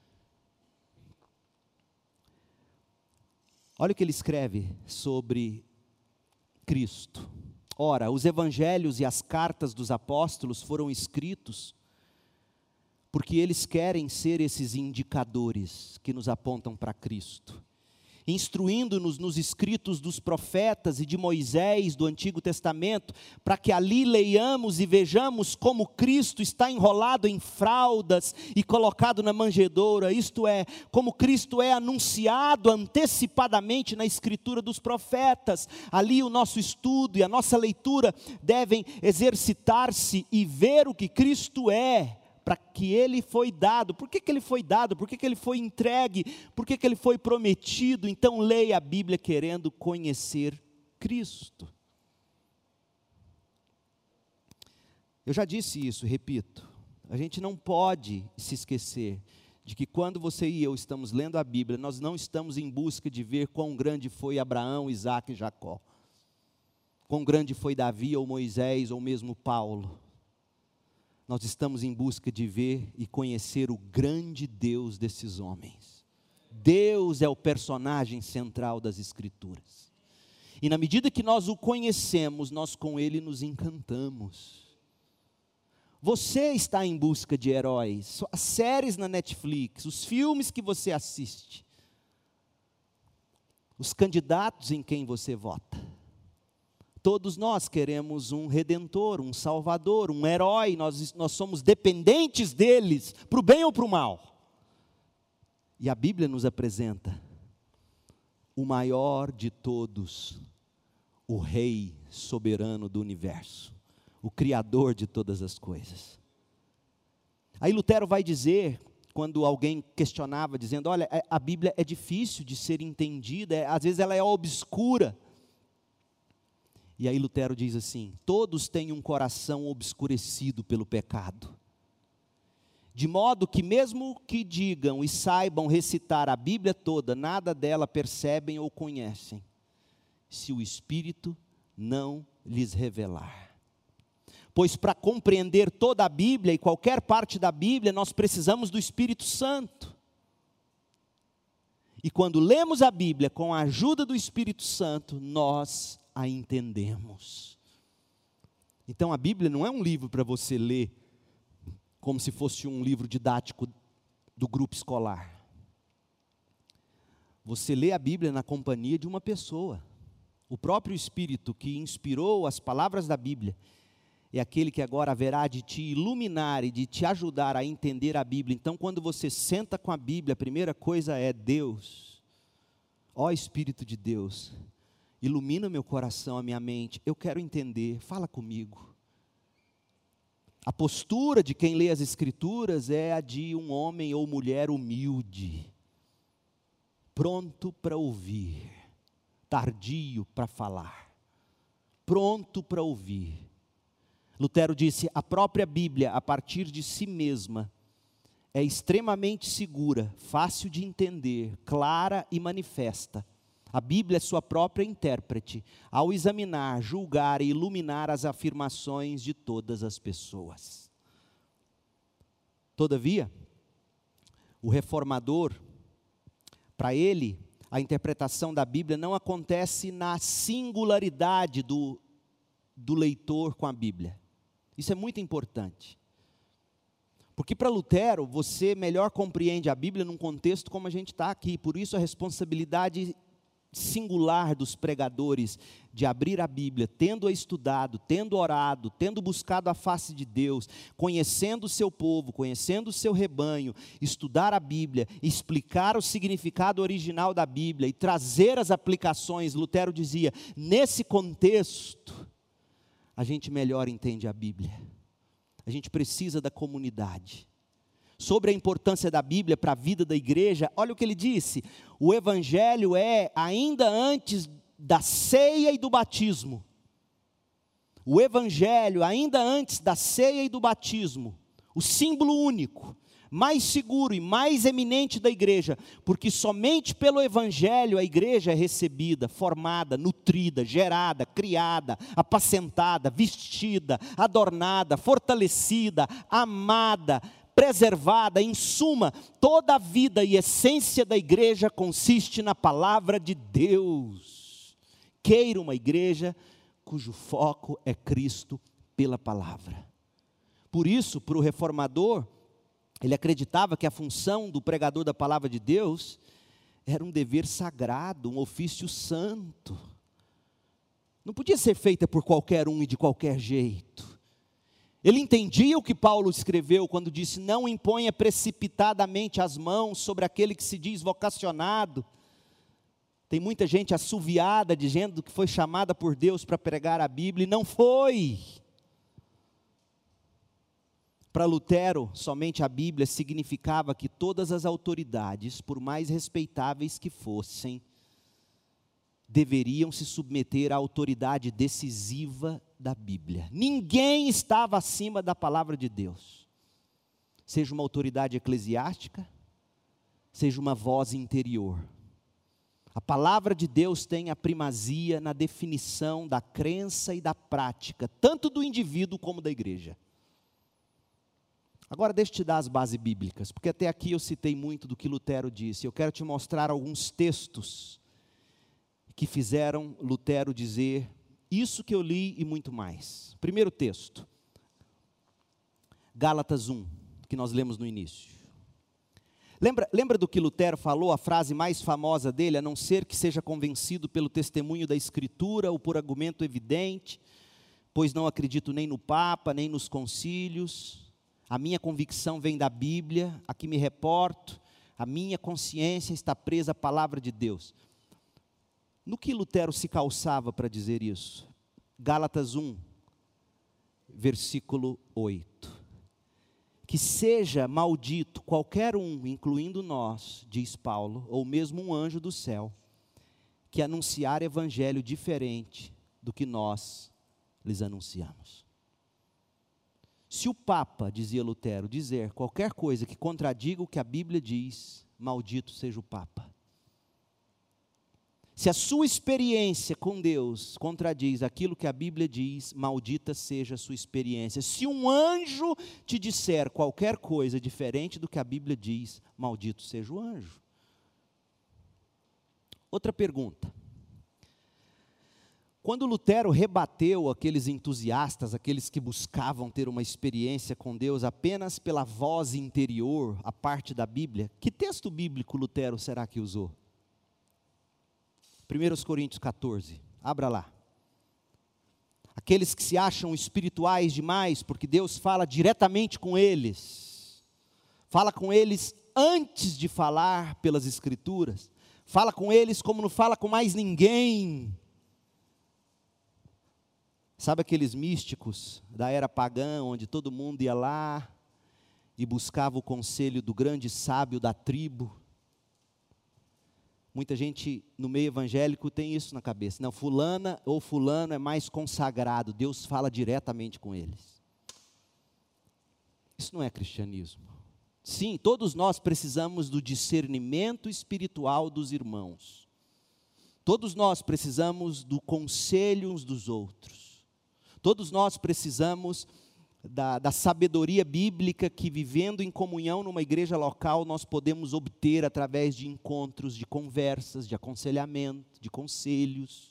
Olha o que ele escreve sobre Cristo. Ora, os evangelhos e as cartas dos apóstolos foram escritos porque eles querem ser esses indicadores que nos apontam para Cristo, instruindo-nos nos escritos dos profetas e de Moisés do Antigo Testamento, para que ali leiamos e vejamos como Cristo está enrolado em fraldas e colocado na manjedoura, isto é, como Cristo é anunciado antecipadamente na escritura dos profetas. Ali o nosso estudo e a nossa leitura devem exercitar-se e ver o que Cristo é, para que ele foi dado. Por que ele foi dado? Por que ele foi entregue? Por que ele foi prometido? Então leia a Bíblia querendo conhecer Cristo. Eu já disse isso, repito. A gente não pode se esquecer de que quando você e eu estamos lendo a Bíblia, nós não estamos em busca de ver quão grande foi Abraão, Isaque e Jacó. Quão grande foi Davi ou Moisés ou mesmo Paulo. Nós estamos em busca de ver e conhecer o grande Deus desses homens. Deus é o personagem central das Escrituras. E na medida que nós o conhecemos, nós com ele nos encantamos. Você está em busca de heróis, as séries na Netflix, os filmes que você assiste, os candidatos em quem você vota. Todos nós queremos um redentor, um salvador, um herói, nós somos dependentes deles, para o bem ou para o mal. E a Bíblia nos apresenta o maior de todos, o Rei soberano do universo, o Criador de todas as coisas. Aí Lutero vai dizer, quando alguém questionava, dizendo, olha, a Bíblia é difícil de ser entendida, às vezes ela é obscura. E aí Lutero diz assim, todos têm um coração obscurecido pelo pecado, de modo que mesmo que digam e saibam recitar a Bíblia toda, nada dela percebem ou conhecem, se o Espírito não lhes revelar. Pois para compreender toda a Bíblia e qualquer parte da Bíblia, nós precisamos do Espírito Santo. E quando lemos a Bíblia com a ajuda do Espírito Santo, nós a entendemos. Então a Bíblia não é um livro para você ler como se fosse um livro didático do grupo escolar. Você lê a Bíblia na companhia de uma pessoa. O próprio Espírito que inspirou as palavras da Bíblia é aquele que agora haverá de te iluminar e de te ajudar a entender a Bíblia. Então quando você senta com a Bíblia, a primeira coisa é Deus, ó Espírito de Deus, ilumina meu coração, a minha mente, eu quero entender, fala comigo. A postura de quem lê as Escrituras é a de um homem ou mulher humilde, pronto para ouvir, tardio para falar, pronto para ouvir. Lutero disse, a própria Bíblia, a partir de si mesma, é extremamente segura, fácil de entender, clara e manifesta. A Bíblia é sua própria intérprete, ao examinar, julgar e iluminar as afirmações de todas as pessoas. Todavia, o reformador, para ele, a interpretação da Bíblia não acontece na singularidade do leitor com a Bíblia. Isso é muito importante. Porque para Lutero, você melhor compreende a Bíblia num contexto como a gente está aqui. Por isso a responsabilidade singular dos pregadores de abrir a Bíblia, tendo-a estudado, tendo orado, tendo buscado a face de Deus, conhecendo o seu povo, conhecendo o seu rebanho, estudar a Bíblia, explicar o significado original da Bíblia e trazer as aplicações. Lutero dizia, nesse contexto, a gente melhor entende a Bíblia. A gente precisa da comunidade. Sobre a importância da Bíblia para a vida da igreja, olha o que ele disse: o Evangelho é ainda antes da ceia e do batismo. O Evangelho, ainda antes da ceia e do batismo, o símbolo único, mais seguro e mais eminente da igreja, porque somente pelo Evangelho a igreja é recebida, formada, nutrida, gerada, criada, apacentada, vestida, adornada, fortalecida, amada, preservada. Em suma, toda a vida e essência da igreja consiste na palavra de Deus. Queira uma igreja cujo foco é Cristo pela palavra. Por isso, para o reformador, ele acreditava que a função do pregador da palavra de Deus era um dever sagrado, um ofício santo. Não podia ser feita por qualquer um e de qualquer jeito. Ele entendia o que Paulo escreveu quando disse, não imponha precipitadamente as mãos sobre aquele que se diz vocacionado. Tem muita gente assoviada dizendo que foi chamada por Deus para pregar a Bíblia, e não foi. Para Lutero, somente a Bíblia significava que todas as autoridades, por mais respeitáveis que fossem, deveriam se submeter à autoridade decisiva da Bíblia. Ninguém estava acima da palavra de Deus. Seja uma autoridade eclesiástica, seja uma voz interior. A palavra de Deus tem a primazia na definição da crença e da prática, tanto do indivíduo como da igreja. Agora deixa eu te dar as bases bíblicas, porque até aqui eu citei muito do que Lutero disse. Eu quero te mostrar alguns textos que fizeram Lutero dizer isso que eu li e muito mais. Primeiro texto, Gálatas 1, que nós lemos no início. Lembra do que Lutero falou, a frase mais famosa dele, a não ser que seja convencido pelo testemunho da Escritura ou por argumento evidente, pois não acredito nem no Papa, nem nos concílios, a minha convicção vem da Bíblia, a que me reporto, a minha consciência está presa à palavra de Deus. No que Lutero se calçava para dizer isso? Gálatas 1, versículo 8. Que seja maldito qualquer um, incluindo nós, diz Paulo, ou mesmo um anjo do céu, que anunciar evangelho diferente do que nós lhes anunciamos. Se o Papa, dizia Lutero, dizer qualquer coisa que contradiga o que a Bíblia diz, maldito seja o Papa. Se a sua experiência com Deus contradiz aquilo que a Bíblia diz, maldita seja a sua experiência. Se um anjo te disser qualquer coisa diferente do que a Bíblia diz, maldito seja o anjo. Outra pergunta. Quando Lutero rebateu aqueles entusiastas, aqueles que buscavam ter uma experiência com Deus apenas pela voz interior, a parte da Bíblia, que texto bíblico Lutero será que usou? 1 Coríntios 14, abra lá. Aqueles que se acham espirituais demais, porque Deus fala diretamente com eles. Fala com eles antes de falar pelas Escrituras. Fala com eles como não fala com mais ninguém. Sabe aqueles místicos da era pagã, onde todo mundo ia lá e buscava o conselho do grande sábio da tribo? Muita gente no meio evangélico tem isso na cabeça. Não, fulana ou fulano é mais consagrado, Deus fala diretamente com eles. Isso não é cristianismo. Sim, todos nós precisamos do discernimento espiritual dos irmãos. Todos nós precisamos do conselho uns dos outros. Todos nós precisamos da sabedoria bíblica que, vivendo em comunhão numa igreja local, nós podemos obter através de encontros, de conversas, de aconselhamento, de conselhos.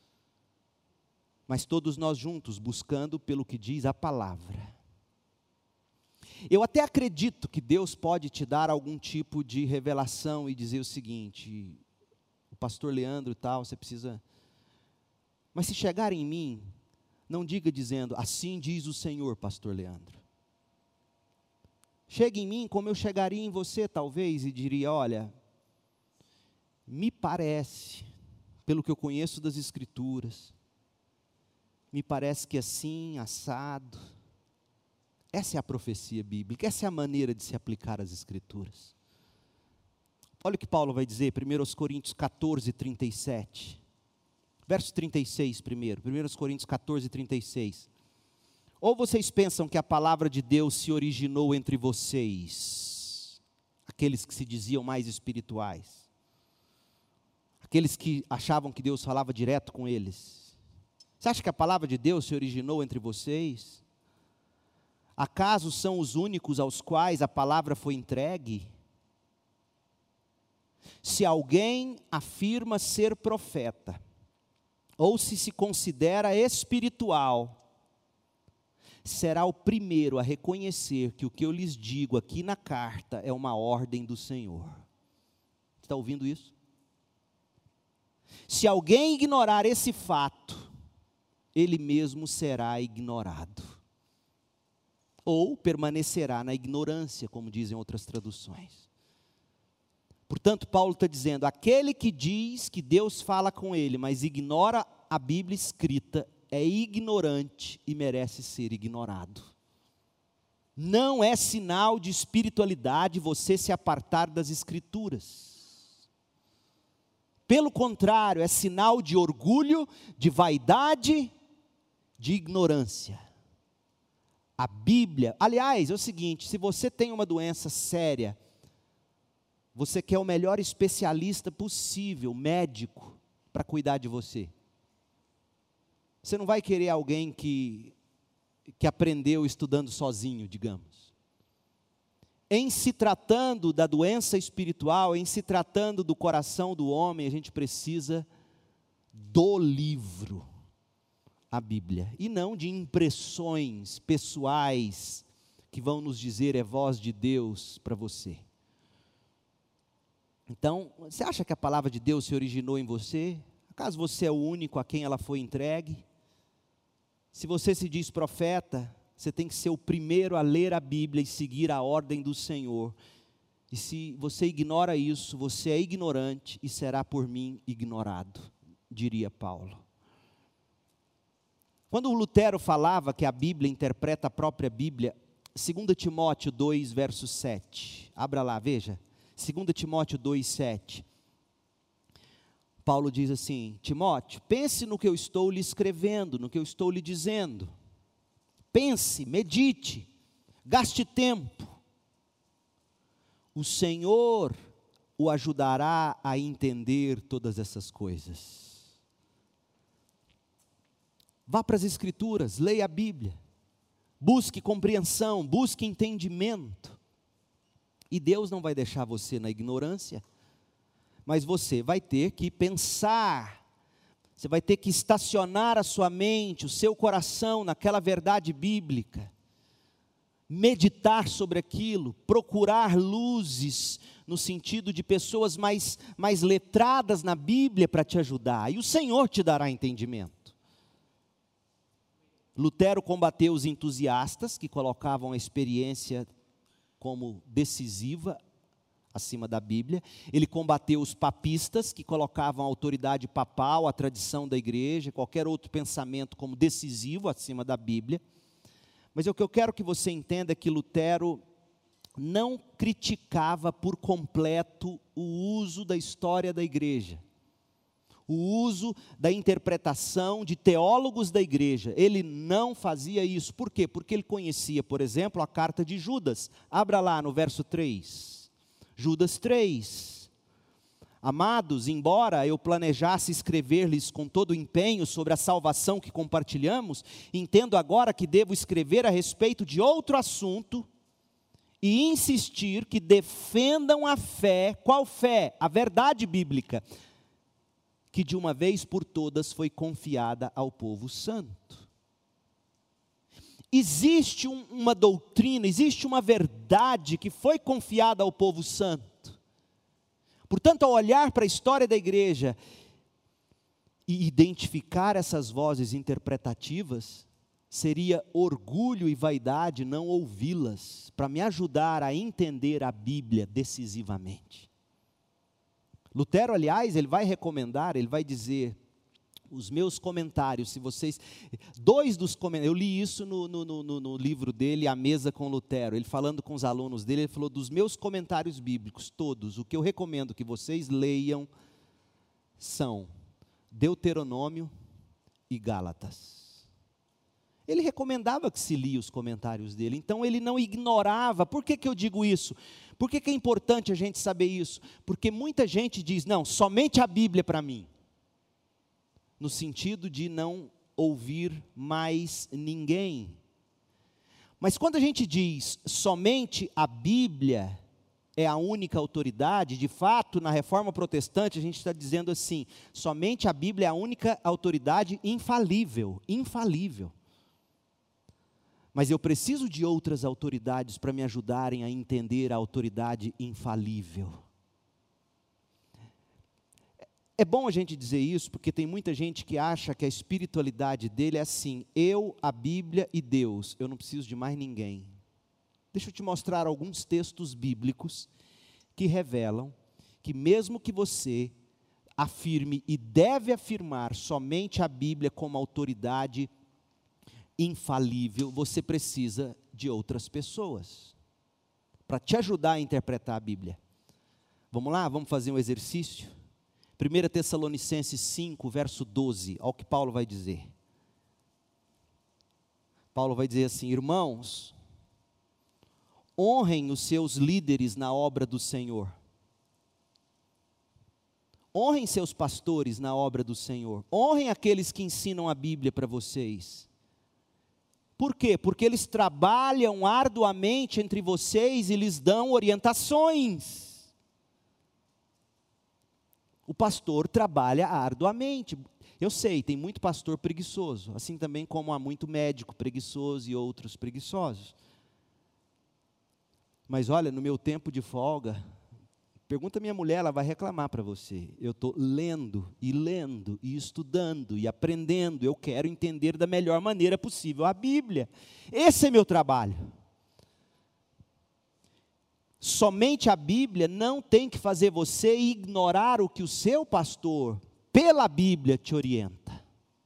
Mas todos nós juntos, buscando pelo que diz a palavra. Eu até acredito que Deus pode te dar algum tipo de revelação e dizer o seguinte: o pastor Leandro e tal, você precisa... Mas se chegar em mim, não diga dizendo, assim diz o Senhor, pastor Leandro. Chegue em mim como eu chegaria em você talvez e diria, olha, me parece, pelo que eu conheço das Escrituras, me parece que assim, assado. Essa é a profecia bíblica, essa é a maneira de se aplicar às Escrituras. Olha o que Paulo vai dizer, 1 Coríntios 14, 37. Verso 36 primeiro, 1 Coríntios 14, 36. Ou vocês pensam que a palavra de Deus se originou entre vocês, aqueles que se diziam mais espirituais, aqueles que achavam que Deus falava direto com eles. Você acha que a palavra de Deus se originou entre vocês? Acaso são os únicos aos quais a palavra foi entregue? Se alguém afirma ser profeta, ou se considera espiritual, será o primeiro a reconhecer que o que eu lhes digo aqui na carta é uma ordem do Senhor. Está ouvindo isso? Se alguém ignorar esse fato, ele mesmo será ignorado. Ou permanecerá na ignorância, como dizem outras traduções. Portanto, Paulo está dizendo, aquele que diz que Deus fala com ele, mas ignora a Bíblia escrita, é ignorante e merece ser ignorado. Não é sinal de espiritualidade você se apartar das Escrituras. Pelo contrário, é sinal de orgulho, de vaidade, de ignorância. A Bíblia, aliás, é o seguinte, se você tem uma doença séria, você quer o melhor especialista possível, médico, para cuidar de você. Você não vai querer alguém que aprendeu estudando sozinho, digamos. Em se tratando da doença espiritual, em se tratando do coração do homem, a gente precisa do livro, a Bíblia, e não de impressões pessoais que vão nos dizer é voz de Deus para você. Então, você acha que a palavra de Deus se originou em você? Acaso você é o único a quem ela foi entregue? Se você se diz profeta, você tem que ser o primeiro a ler a Bíblia e seguir a ordem do Senhor. E se você ignora isso, você é ignorante e será por mim ignorado, diria Paulo. Quando o Lutero falava que a Bíblia interpreta a própria Bíblia, 2 Timóteo 2, verso 7. Abra lá, veja. 2 Timóteo 2, 7. Paulo diz assim, Timóteo, pense no que eu estou lhe escrevendo, no que eu estou lhe dizendo. Pense, medite, gaste tempo. O Senhor o ajudará a entender todas essas coisas. Vá para as Escrituras, leia a Bíblia. Busque compreensão, busque entendimento. E Deus não vai deixar você na ignorância, mas você vai ter que pensar, você vai ter que estacionar a sua mente, o seu coração naquela verdade bíblica, meditar sobre aquilo, procurar luzes, no sentido de pessoas mais letradas na Bíblia para te ajudar, e o Senhor te dará entendimento. Lutero combateu os entusiastas que colocavam a experiência como decisiva acima da Bíblia. Ele combateu os papistas que colocavam a autoridade papal, a tradição da igreja, qualquer outro pensamento como decisivo acima da Bíblia. Mas o que eu quero que você entenda é que Lutero não criticava por completo o uso da história da igreja, o uso da interpretação de teólogos da igreja. Ele não fazia isso. Por quê? Porque ele conhecia, por exemplo, a carta de Judas. Abra lá no verso 3. Judas 3. Amados, embora eu planejasse escrever-lhes com todo o empenho sobre a salvação que compartilhamos, entendo agora que devo escrever a respeito de outro assunto e insistir que defendam a fé. Qual fé? A verdade bíblica, que de uma vez por todas foi confiada ao povo santo. Existe uma doutrina, existe uma verdade que foi confiada ao povo santo. Portanto, ao olhar para a história da igreja e identificar essas vozes interpretativas, seria orgulho e vaidade não ouvi-las, para me ajudar a entender a Bíblia decisivamente. Lutero, aliás, ele vai recomendar, ele vai dizer, os meus comentários, se vocês, dois dos comentários, eu li isso no livro dele, A Mesa com Lutero, ele falando com os alunos dele, ele falou, dos meus comentários bíblicos, todos, o que eu recomendo que vocês leiam, são Deuteronômio e Gálatas. Ele recomendava que se lia os comentários dele, então ele não ignorava. Por que eu digo isso? Por que é importante a gente saber isso? Porque muita gente diz, não, somente a Bíblia para mim. No sentido de não ouvir mais ninguém. Mas quando a gente diz somente a Bíblia é a única autoridade, de fato, na Reforma Protestante a gente está dizendo assim, somente a Bíblia é a única autoridade infalível, infalível. Mas eu preciso de outras autoridades para me ajudarem a entender a autoridade infalível. É bom a gente dizer isso, porque tem muita gente que acha que a espiritualidade dele é assim, eu, a Bíblia e Deus, eu não preciso de mais ninguém. Deixa eu te mostrar alguns textos bíblicos que revelam que mesmo que você afirme e deve afirmar somente a Bíblia como autoridade infalível, você precisa de outras pessoas para te ajudar a interpretar a Bíblia. Vamos lá, vamos fazer um exercício? 1 Tessalonicenses 5, verso 12, olha o que Paulo vai dizer. Paulo vai dizer assim, irmãos, honrem os seus líderes na obra do Senhor. Honrem seus pastores na obra do Senhor. Honrem aqueles que ensinam a Bíblia para vocês. Por quê? Porque eles trabalham arduamente entre vocês e lhes dão orientações. O pastor trabalha arduamente. Eu sei, tem muito pastor preguiçoso, assim também como há muito médico preguiçoso e outros preguiçosos. Mas olha, no meu tempo de folga, pergunta a minha mulher, ela vai reclamar para você. Eu estou lendo e estudando e aprendendo. Eu quero entender da melhor maneira possível a Bíblia. Esse é meu trabalho. Somente a Bíblia não tem que fazer você ignorar o que o seu pastor, pela Bíblia, te orienta.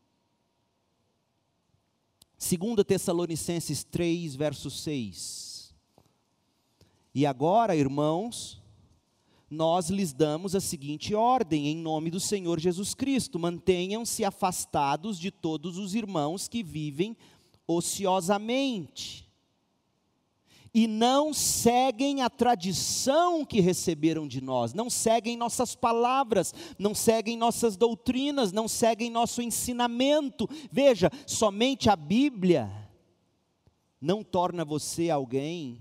2 Tessalonicenses 3, verso 6. E agora, irmãos, nós lhes damos a seguinte ordem, em nome do Senhor Jesus Cristo, mantenham-se afastados de todos os irmãos que vivem ociosamente, e não seguem a tradição que receberam de nós, não seguem nossas palavras, não seguem nossas doutrinas, não seguem nosso ensinamento. Veja, somente a Bíblia não torna você alguém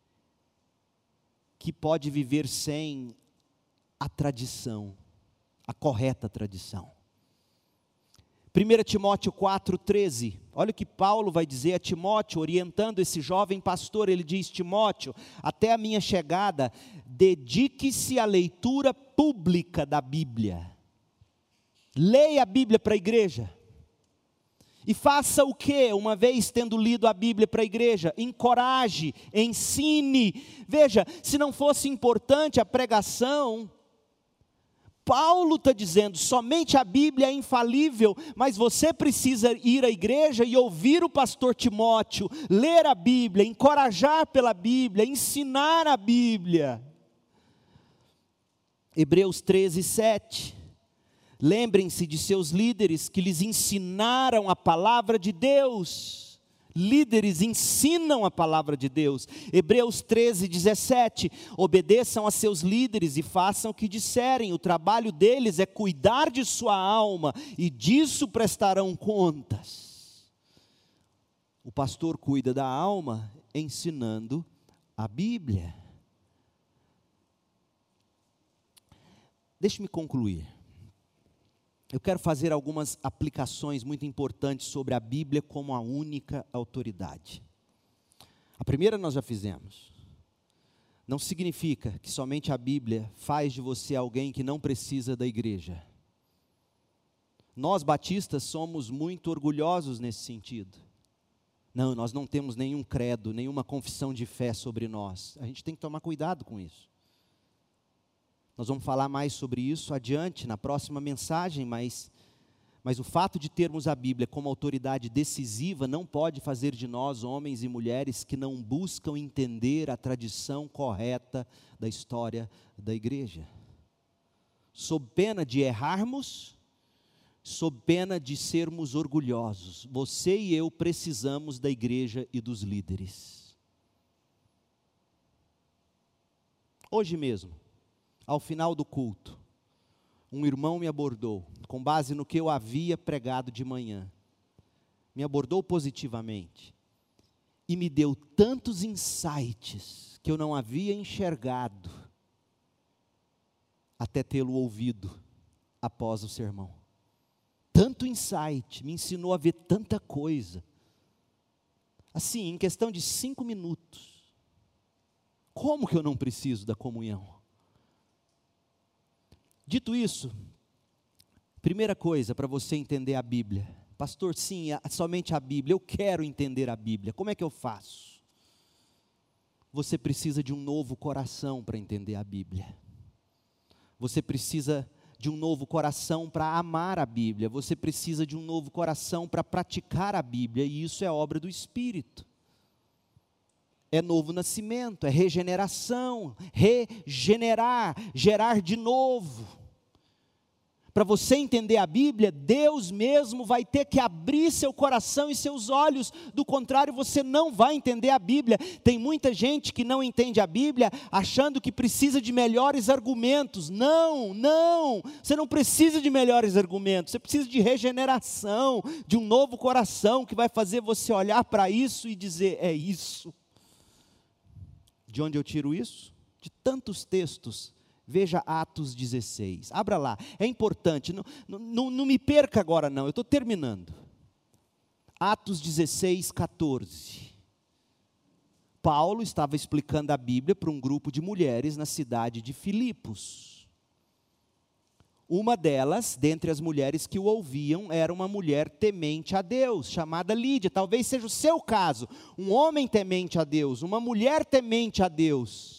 que pode viver sem a tradição, a correta tradição. 1 Timóteo 4,13, olha o que Paulo vai dizer a Timóteo, orientando esse jovem pastor, ele diz, Timóteo, até a minha chegada, dedique-se à leitura pública da Bíblia. Leia a Bíblia para a igreja. E faça o que? Uma vez tendo lido a Bíblia para a igreja, encoraje, ensine. Veja, se não fosse importante a pregação, Paulo está dizendo, somente a Bíblia é infalível, mas você precisa ir à igreja e ouvir o pastor Timóteo, ler a Bíblia, encorajar pela Bíblia, ensinar a Bíblia. Hebreus 13, 7. Lembrem-se de seus líderes que lhes ensinaram a palavra de Deus. Líderes ensinam a palavra de Deus. Hebreus 13:17, obedeçam a seus líderes e façam o que disserem. O trabalho deles é cuidar de sua alma e disso prestarão contas. O pastor cuida da alma ensinando a Bíblia. Deixe-me concluir. Eu quero fazer algumas aplicações muito importantes sobre a Bíblia como a única autoridade. A primeira nós já fizemos. Não significa que somente a Bíblia faz de você alguém que não precisa da igreja. Nós batistas somos muito orgulhosos nesse sentido. Não, nós não temos nenhum credo, nenhuma confissão de fé sobre nós. A gente tem que tomar cuidado com isso. Nós vamos falar mais sobre isso adiante, na próxima mensagem, mas o fato de termos a Bíblia como autoridade decisiva não pode fazer de nós homens e mulheres que não buscam entender a tradição correta da história da igreja. Sob pena de errarmos, sob pena de sermos orgulhosos, você e eu precisamos da igreja e dos líderes. Hoje mesmo, ao final do culto, um irmão me abordou, com base no que eu havia pregado de manhã. Me abordou positivamente. E me deu tantos insights que eu não havia enxergado, até tê-lo ouvido após o sermão. Tanto insight, me ensinou a ver tanta coisa. Assim, em questão de 5 minutos. Como que eu não preciso da comunhão? Dito isso, primeira coisa para você entender a Bíblia. Pastor, sim, somente a Bíblia. Eu quero entender a Bíblia. Como é que eu faço? Você precisa de um novo coração para entender a Bíblia. Você precisa de um novo coração para amar a Bíblia. Você precisa de um novo coração para praticar a Bíblia. E isso é obra do Espírito. É novo nascimento, é regeneração, regenerar, gerar de novo. Para você entender a Bíblia, Deus mesmo vai ter que abrir seu coração e seus olhos, do contrário você não vai entender a Bíblia. Tem muita gente que não entende a Bíblia, achando que precisa de melhores argumentos. Não, você não precisa de melhores argumentos, você precisa de regeneração, de um novo coração, que vai fazer você olhar para isso e dizer, é isso. De onde eu tiro isso? De tantos textos. Veja Atos 16, abra lá, é importante, não me perca agora não, eu estou terminando. Atos 16, 14. Paulo estava explicando a Bíblia para um grupo de mulheres na cidade de Filipos. Uma delas, dentre as mulheres que o ouviam, era uma mulher temente a Deus, chamada Lídia. Talvez seja o seu caso, um homem temente a Deus, uma mulher temente a Deus.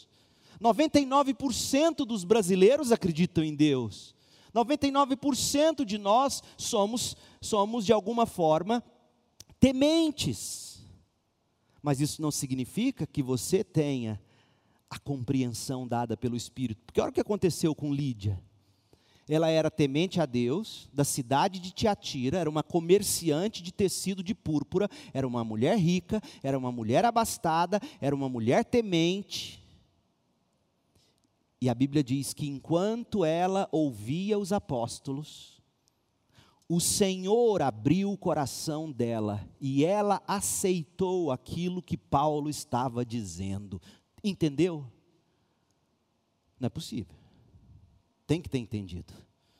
99% dos brasileiros acreditam em Deus. 99% de nós somos de alguma forma tementes. Mas isso não significa que você tenha a compreensão dada pelo Espírito. Porque olha o que aconteceu com Lídia. Ela era temente a Deus, da cidade de Tiatira, era uma comerciante de tecido de púrpura, era uma mulher rica, era uma mulher abastada, era uma mulher temente. E a Bíblia diz que enquanto ela ouvia os apóstolos, o Senhor abriu o coração dela e ela aceitou aquilo que Paulo estava dizendo. Entendeu? Não é possível. Tem que ter entendido.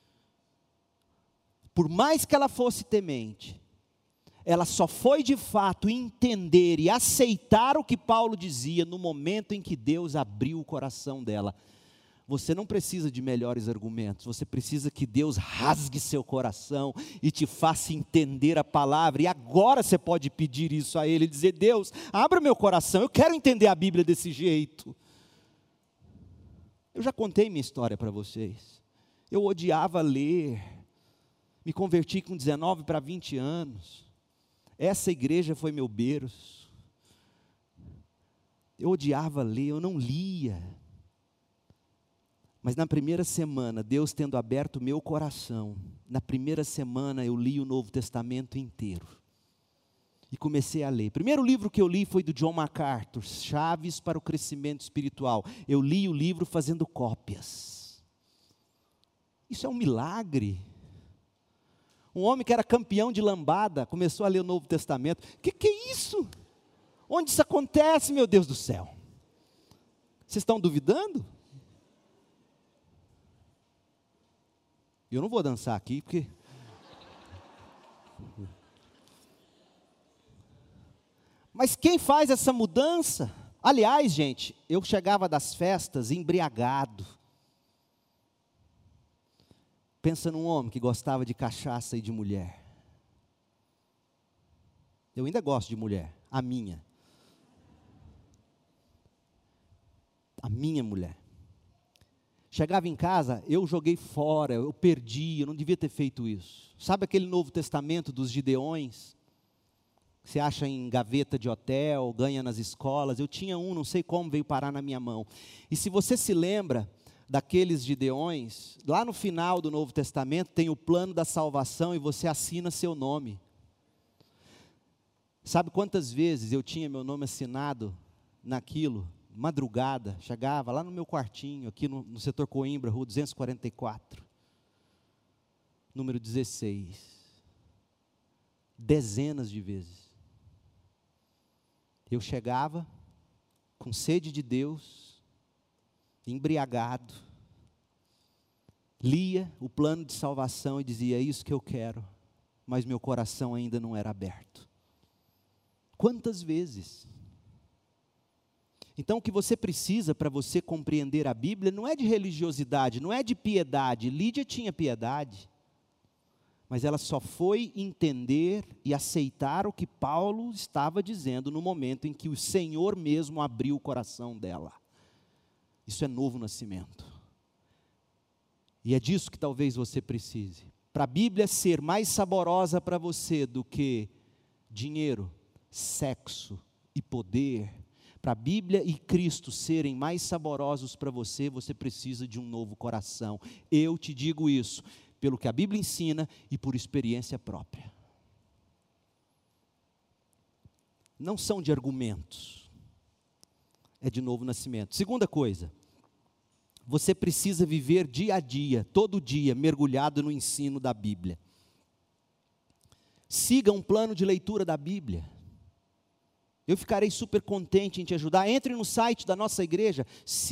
Por mais que ela fosse temente, ela só foi de fato entender e aceitar o que Paulo dizia no momento em que Deus abriu o coração dela. Você não precisa de melhores argumentos, você precisa que Deus rasgue seu coração e te faça entender a palavra. E agora você pode pedir isso a Ele, dizer, Deus, abra meu coração, eu quero entender a Bíblia desse jeito. Eu já contei minha história para vocês. Eu odiava ler, me converti com 19 para 20 anos. Essa igreja foi meu berço. Eu odiava ler, eu não lia. Mas na primeira semana, Deus tendo aberto o meu coração, na primeira semana eu li o Novo Testamento inteiro. E comecei a ler. O primeiro livro que eu li foi do John MacArthur, Chaves para o Crescimento Espiritual. Eu li o livro fazendo cópias. Isso é um milagre. Um homem que era campeão de lambada, começou a ler o Novo Testamento. Que é isso? Onde isso acontece, meu Deus do céu? Vocês estão duvidando? Eu não vou dançar aqui, porque... Mas quem faz essa mudança? Aliás, gente, eu chegava das festas embriagado. Pensa num homem que gostava de cachaça e de mulher. Eu ainda gosto de mulher, a minha. A minha mulher. Chegava em casa, eu joguei fora, eu perdi, eu não devia ter feito isso. Sabe aquele Novo Testamento dos Gideões? Você acha em gaveta de hotel, ganha nas escolas. Eu tinha um, não sei como, veio parar na minha mão. E se você se lembra daqueles Gideões, lá no final do Novo Testamento tem o plano da salvação e você assina seu nome. Sabe quantas vezes eu tinha meu nome assinado naquilo? Madrugada, chegava lá no meu quartinho, aqui no setor Coimbra, rua 244, número 16. Dezenas de vezes. Eu chegava com sede de Deus, embriagado, lia o plano de salvação e dizia: é isso que eu quero, mas meu coração ainda não era aberto. Quantas vezes? Então o que você precisa para você compreender a Bíblia não é de religiosidade, não é de piedade. Lídia tinha piedade, mas ela só foi entender e aceitar o que Paulo estava dizendo no momento em que o Senhor mesmo abriu o coração dela. Isso é novo nascimento. E é disso que talvez você precise. Para a Bíblia ser mais saborosa para você do que dinheiro, sexo e poder, para a Bíblia e Cristo serem mais saborosos para você, você precisa de um novo coração. Eu te digo isso pelo que a Bíblia ensina e por experiência própria. Não são de argumentos, é de novo nascimento. Segunda coisa, você precisa viver dia a dia, todo dia, mergulhado no ensino da Bíblia. Siga um plano de leitura da Bíblia. Eu ficarei super contente em te ajudar. Entre no site da nossa igreja,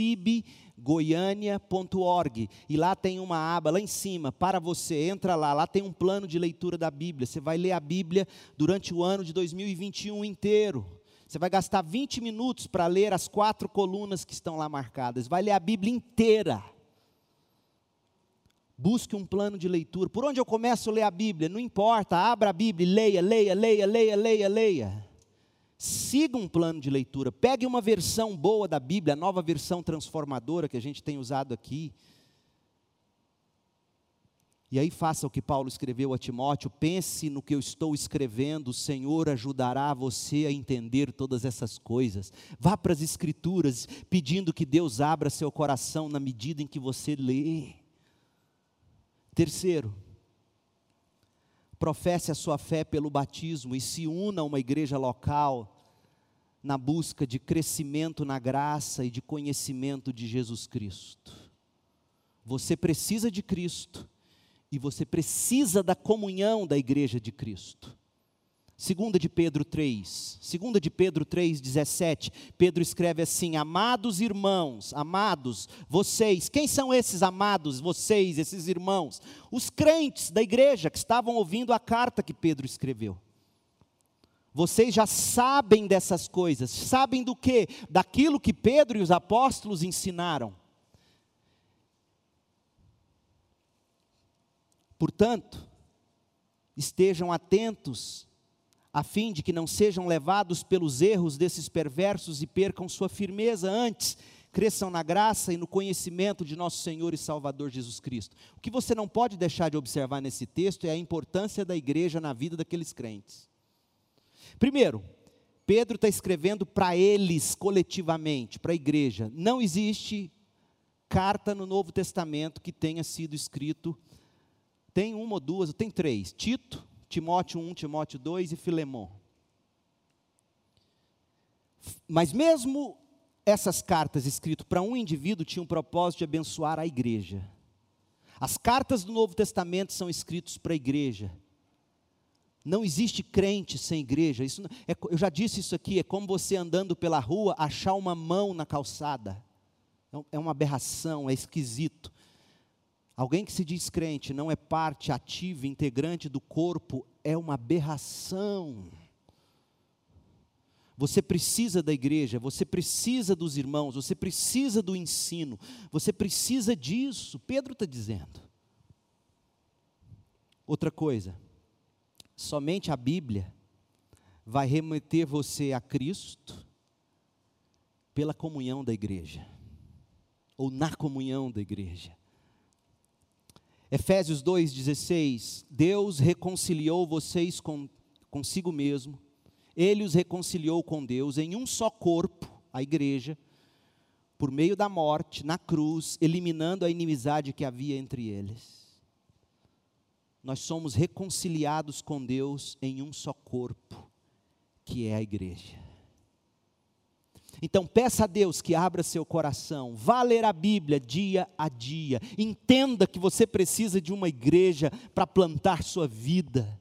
cibgoiania.org, e lá tem uma aba lá em cima para você. Entra lá tem um plano de leitura da Bíblia. Você vai ler a Bíblia durante o ano de 2021 inteiro. Você vai gastar 20 minutos para ler as 4 colunas que estão lá marcadas. Vai ler a Bíblia inteira. Busque um plano de leitura. Por onde eu começo a ler a Bíblia? Não importa, abra a Bíblia e leia. Siga um plano de leitura, pegue uma versão boa da Bíblia, a nova versão transformadora que a gente tem usado aqui. E aí faça o que Paulo escreveu a Timóteo: pense no que eu estou escrevendo, o Senhor ajudará você a entender todas essas coisas. Vá para as Escrituras, pedindo que Deus abra seu coração na medida em que você lê. Terceiro, professe a sua fé pelo batismo e se una a uma igreja local na busca de crescimento na graça e de conhecimento de Jesus Cristo. Você precisa de Cristo e você precisa da comunhão da igreja de Cristo. 2 de Pedro 3:17, Pedro escreve assim: amados irmãos, amados, vocês, quem são esses amados, vocês, esses irmãos? Os crentes da igreja que estavam ouvindo a carta que Pedro escreveu. Vocês já sabem dessas coisas, sabem do quê? Daquilo que Pedro e os apóstolos ensinaram. Portanto, estejam atentos, a fim de que não sejam levados pelos erros desses perversos e percam sua firmeza. Antes, cresçam na graça e no conhecimento de nosso Senhor e Salvador Jesus Cristo. O que você não pode deixar de observar nesse texto é a importância da igreja na vida daqueles crentes. Primeiro, Pedro está escrevendo para eles coletivamente, para a igreja. Não existe carta no Novo Testamento que tenha sido escrito, tem uma ou duas, tem 3, Tito, Timóteo 1, Timóteo 2 e Filemão. Mas mesmo essas cartas escritas para um indivíduo tinham o propósito de abençoar a igreja. As cartas do Novo Testamento são escritas para a igreja. Não existe crente sem igreja. Eu já disse isso aqui, é como você andando pela rua, achar uma mão na calçada. É uma aberração, é esquisito. Alguém que se diz crente, não é parte ativa, integrante do corpo, é uma aberração. Você precisa da igreja, você precisa dos irmãos, você precisa do ensino, você precisa disso, Pedro está dizendo. Outra coisa, somente a Bíblia vai remeter você a Cristo pela comunhão da igreja, ou na comunhão da igreja. Efésios 2,16, Deus reconciliou vocês consigo mesmo, Ele os reconciliou com Deus em um só corpo, a igreja, por meio da morte, na cruz, eliminando a inimizade que havia entre eles. Nós somos reconciliados com Deus em um só corpo, que é a igreja. Então peça a Deus que abra seu coração, vá ler a Bíblia dia a dia, entenda que você precisa de uma igreja para plantar sua vida.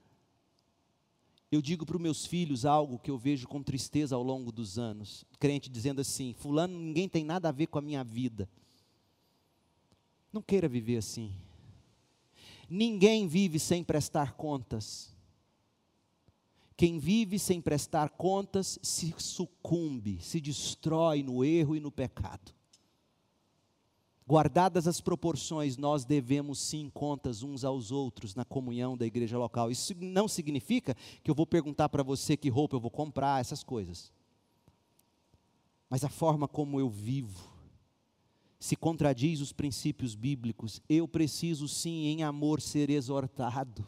Eu digo para os meus filhos algo que eu vejo com tristeza ao longo dos anos, crente dizendo assim, fulano ninguém tem nada a ver com a minha vida. Não queira viver assim. Ninguém vive sem prestar contas. Quem vive sem prestar contas se sucumbe, se destrói no erro e no pecado. Guardadas as proporções, nós devemos sim contas uns aos outros na comunhão da igreja local. Isso não significa que eu vou perguntar para você que roupa eu vou comprar, essas coisas. Mas a forma como eu vivo, se contradiz os princípios bíblicos, eu preciso sim em amor ser exortado.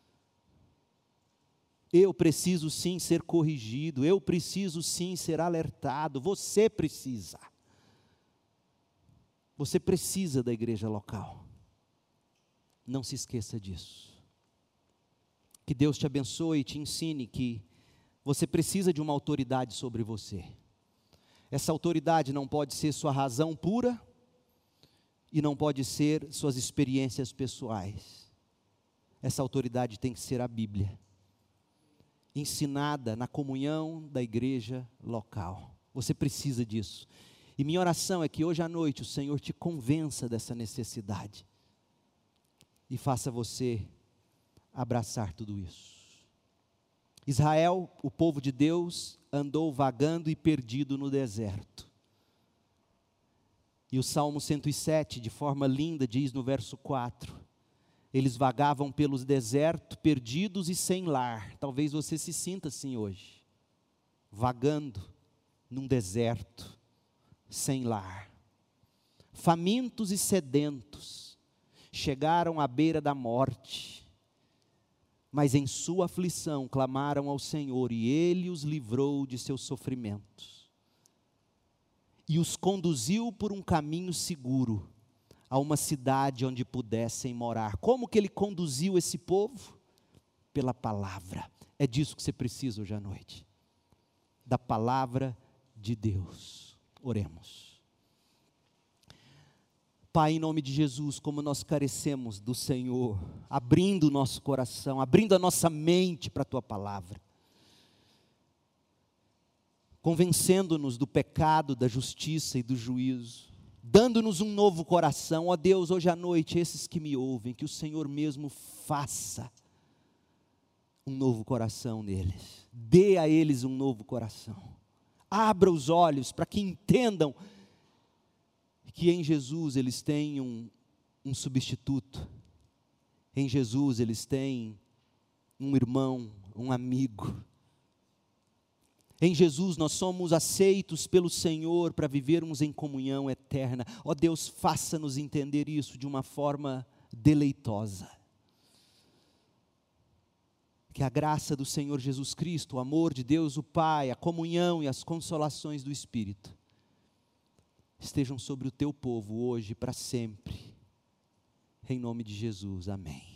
Eu preciso sim ser corrigido, eu preciso sim ser alertado, você precisa. Você precisa da igreja local. Não se esqueça disso. Que Deus te abençoe e te ensine que você precisa de uma autoridade sobre você. Essa autoridade não pode ser sua razão pura e não pode ser suas experiências pessoais. Essa autoridade tem que ser a Bíblia, ensinada na comunhão da igreja local. Você precisa disso. E minha oração é que hoje à noite o Senhor te convença dessa necessidade e faça você abraçar tudo isso. Israel, o povo de Deus, andou vagando e perdido no deserto. E o Salmo 107, de forma linda, diz no verso 4, eles vagavam pelos desertos, perdidos e sem lar. Talvez você se sinta assim hoje, vagando num deserto, sem lar. Famintos e sedentos, chegaram à beira da morte, mas em sua aflição clamaram ao Senhor, e Ele os livrou de seus sofrimentos, e os conduziu por um caminho seguro, a uma cidade onde pudessem morar. Como que Ele conduziu esse povo? Pela palavra. É disso que você precisa hoje à noite, da palavra de Deus. Oremos. Pai, em nome de Jesus, como nós carecemos do Senhor, abrindo o nosso coração, abrindo a nossa mente para a Tua palavra, convencendo-nos do pecado, da justiça e do juízo, dando-nos um novo coração. Ó Deus, hoje à noite, esses que me ouvem, que o Senhor mesmo faça um novo coração neles, dê a eles um novo coração. Abra os olhos para que entendam que em Jesus eles têm um substituto. Em Jesus eles têm um irmão, um amigo. Em Jesus nós somos aceitos pelo Senhor para vivermos em comunhão eterna. Ó Deus, faça-nos entender isso de uma forma deleitosa. Que a graça do Senhor Jesus Cristo, o amor de Deus o Pai, a comunhão e as consolações do Espírito estejam sobre o teu povo hoje e para sempre. Em nome de Jesus, amém.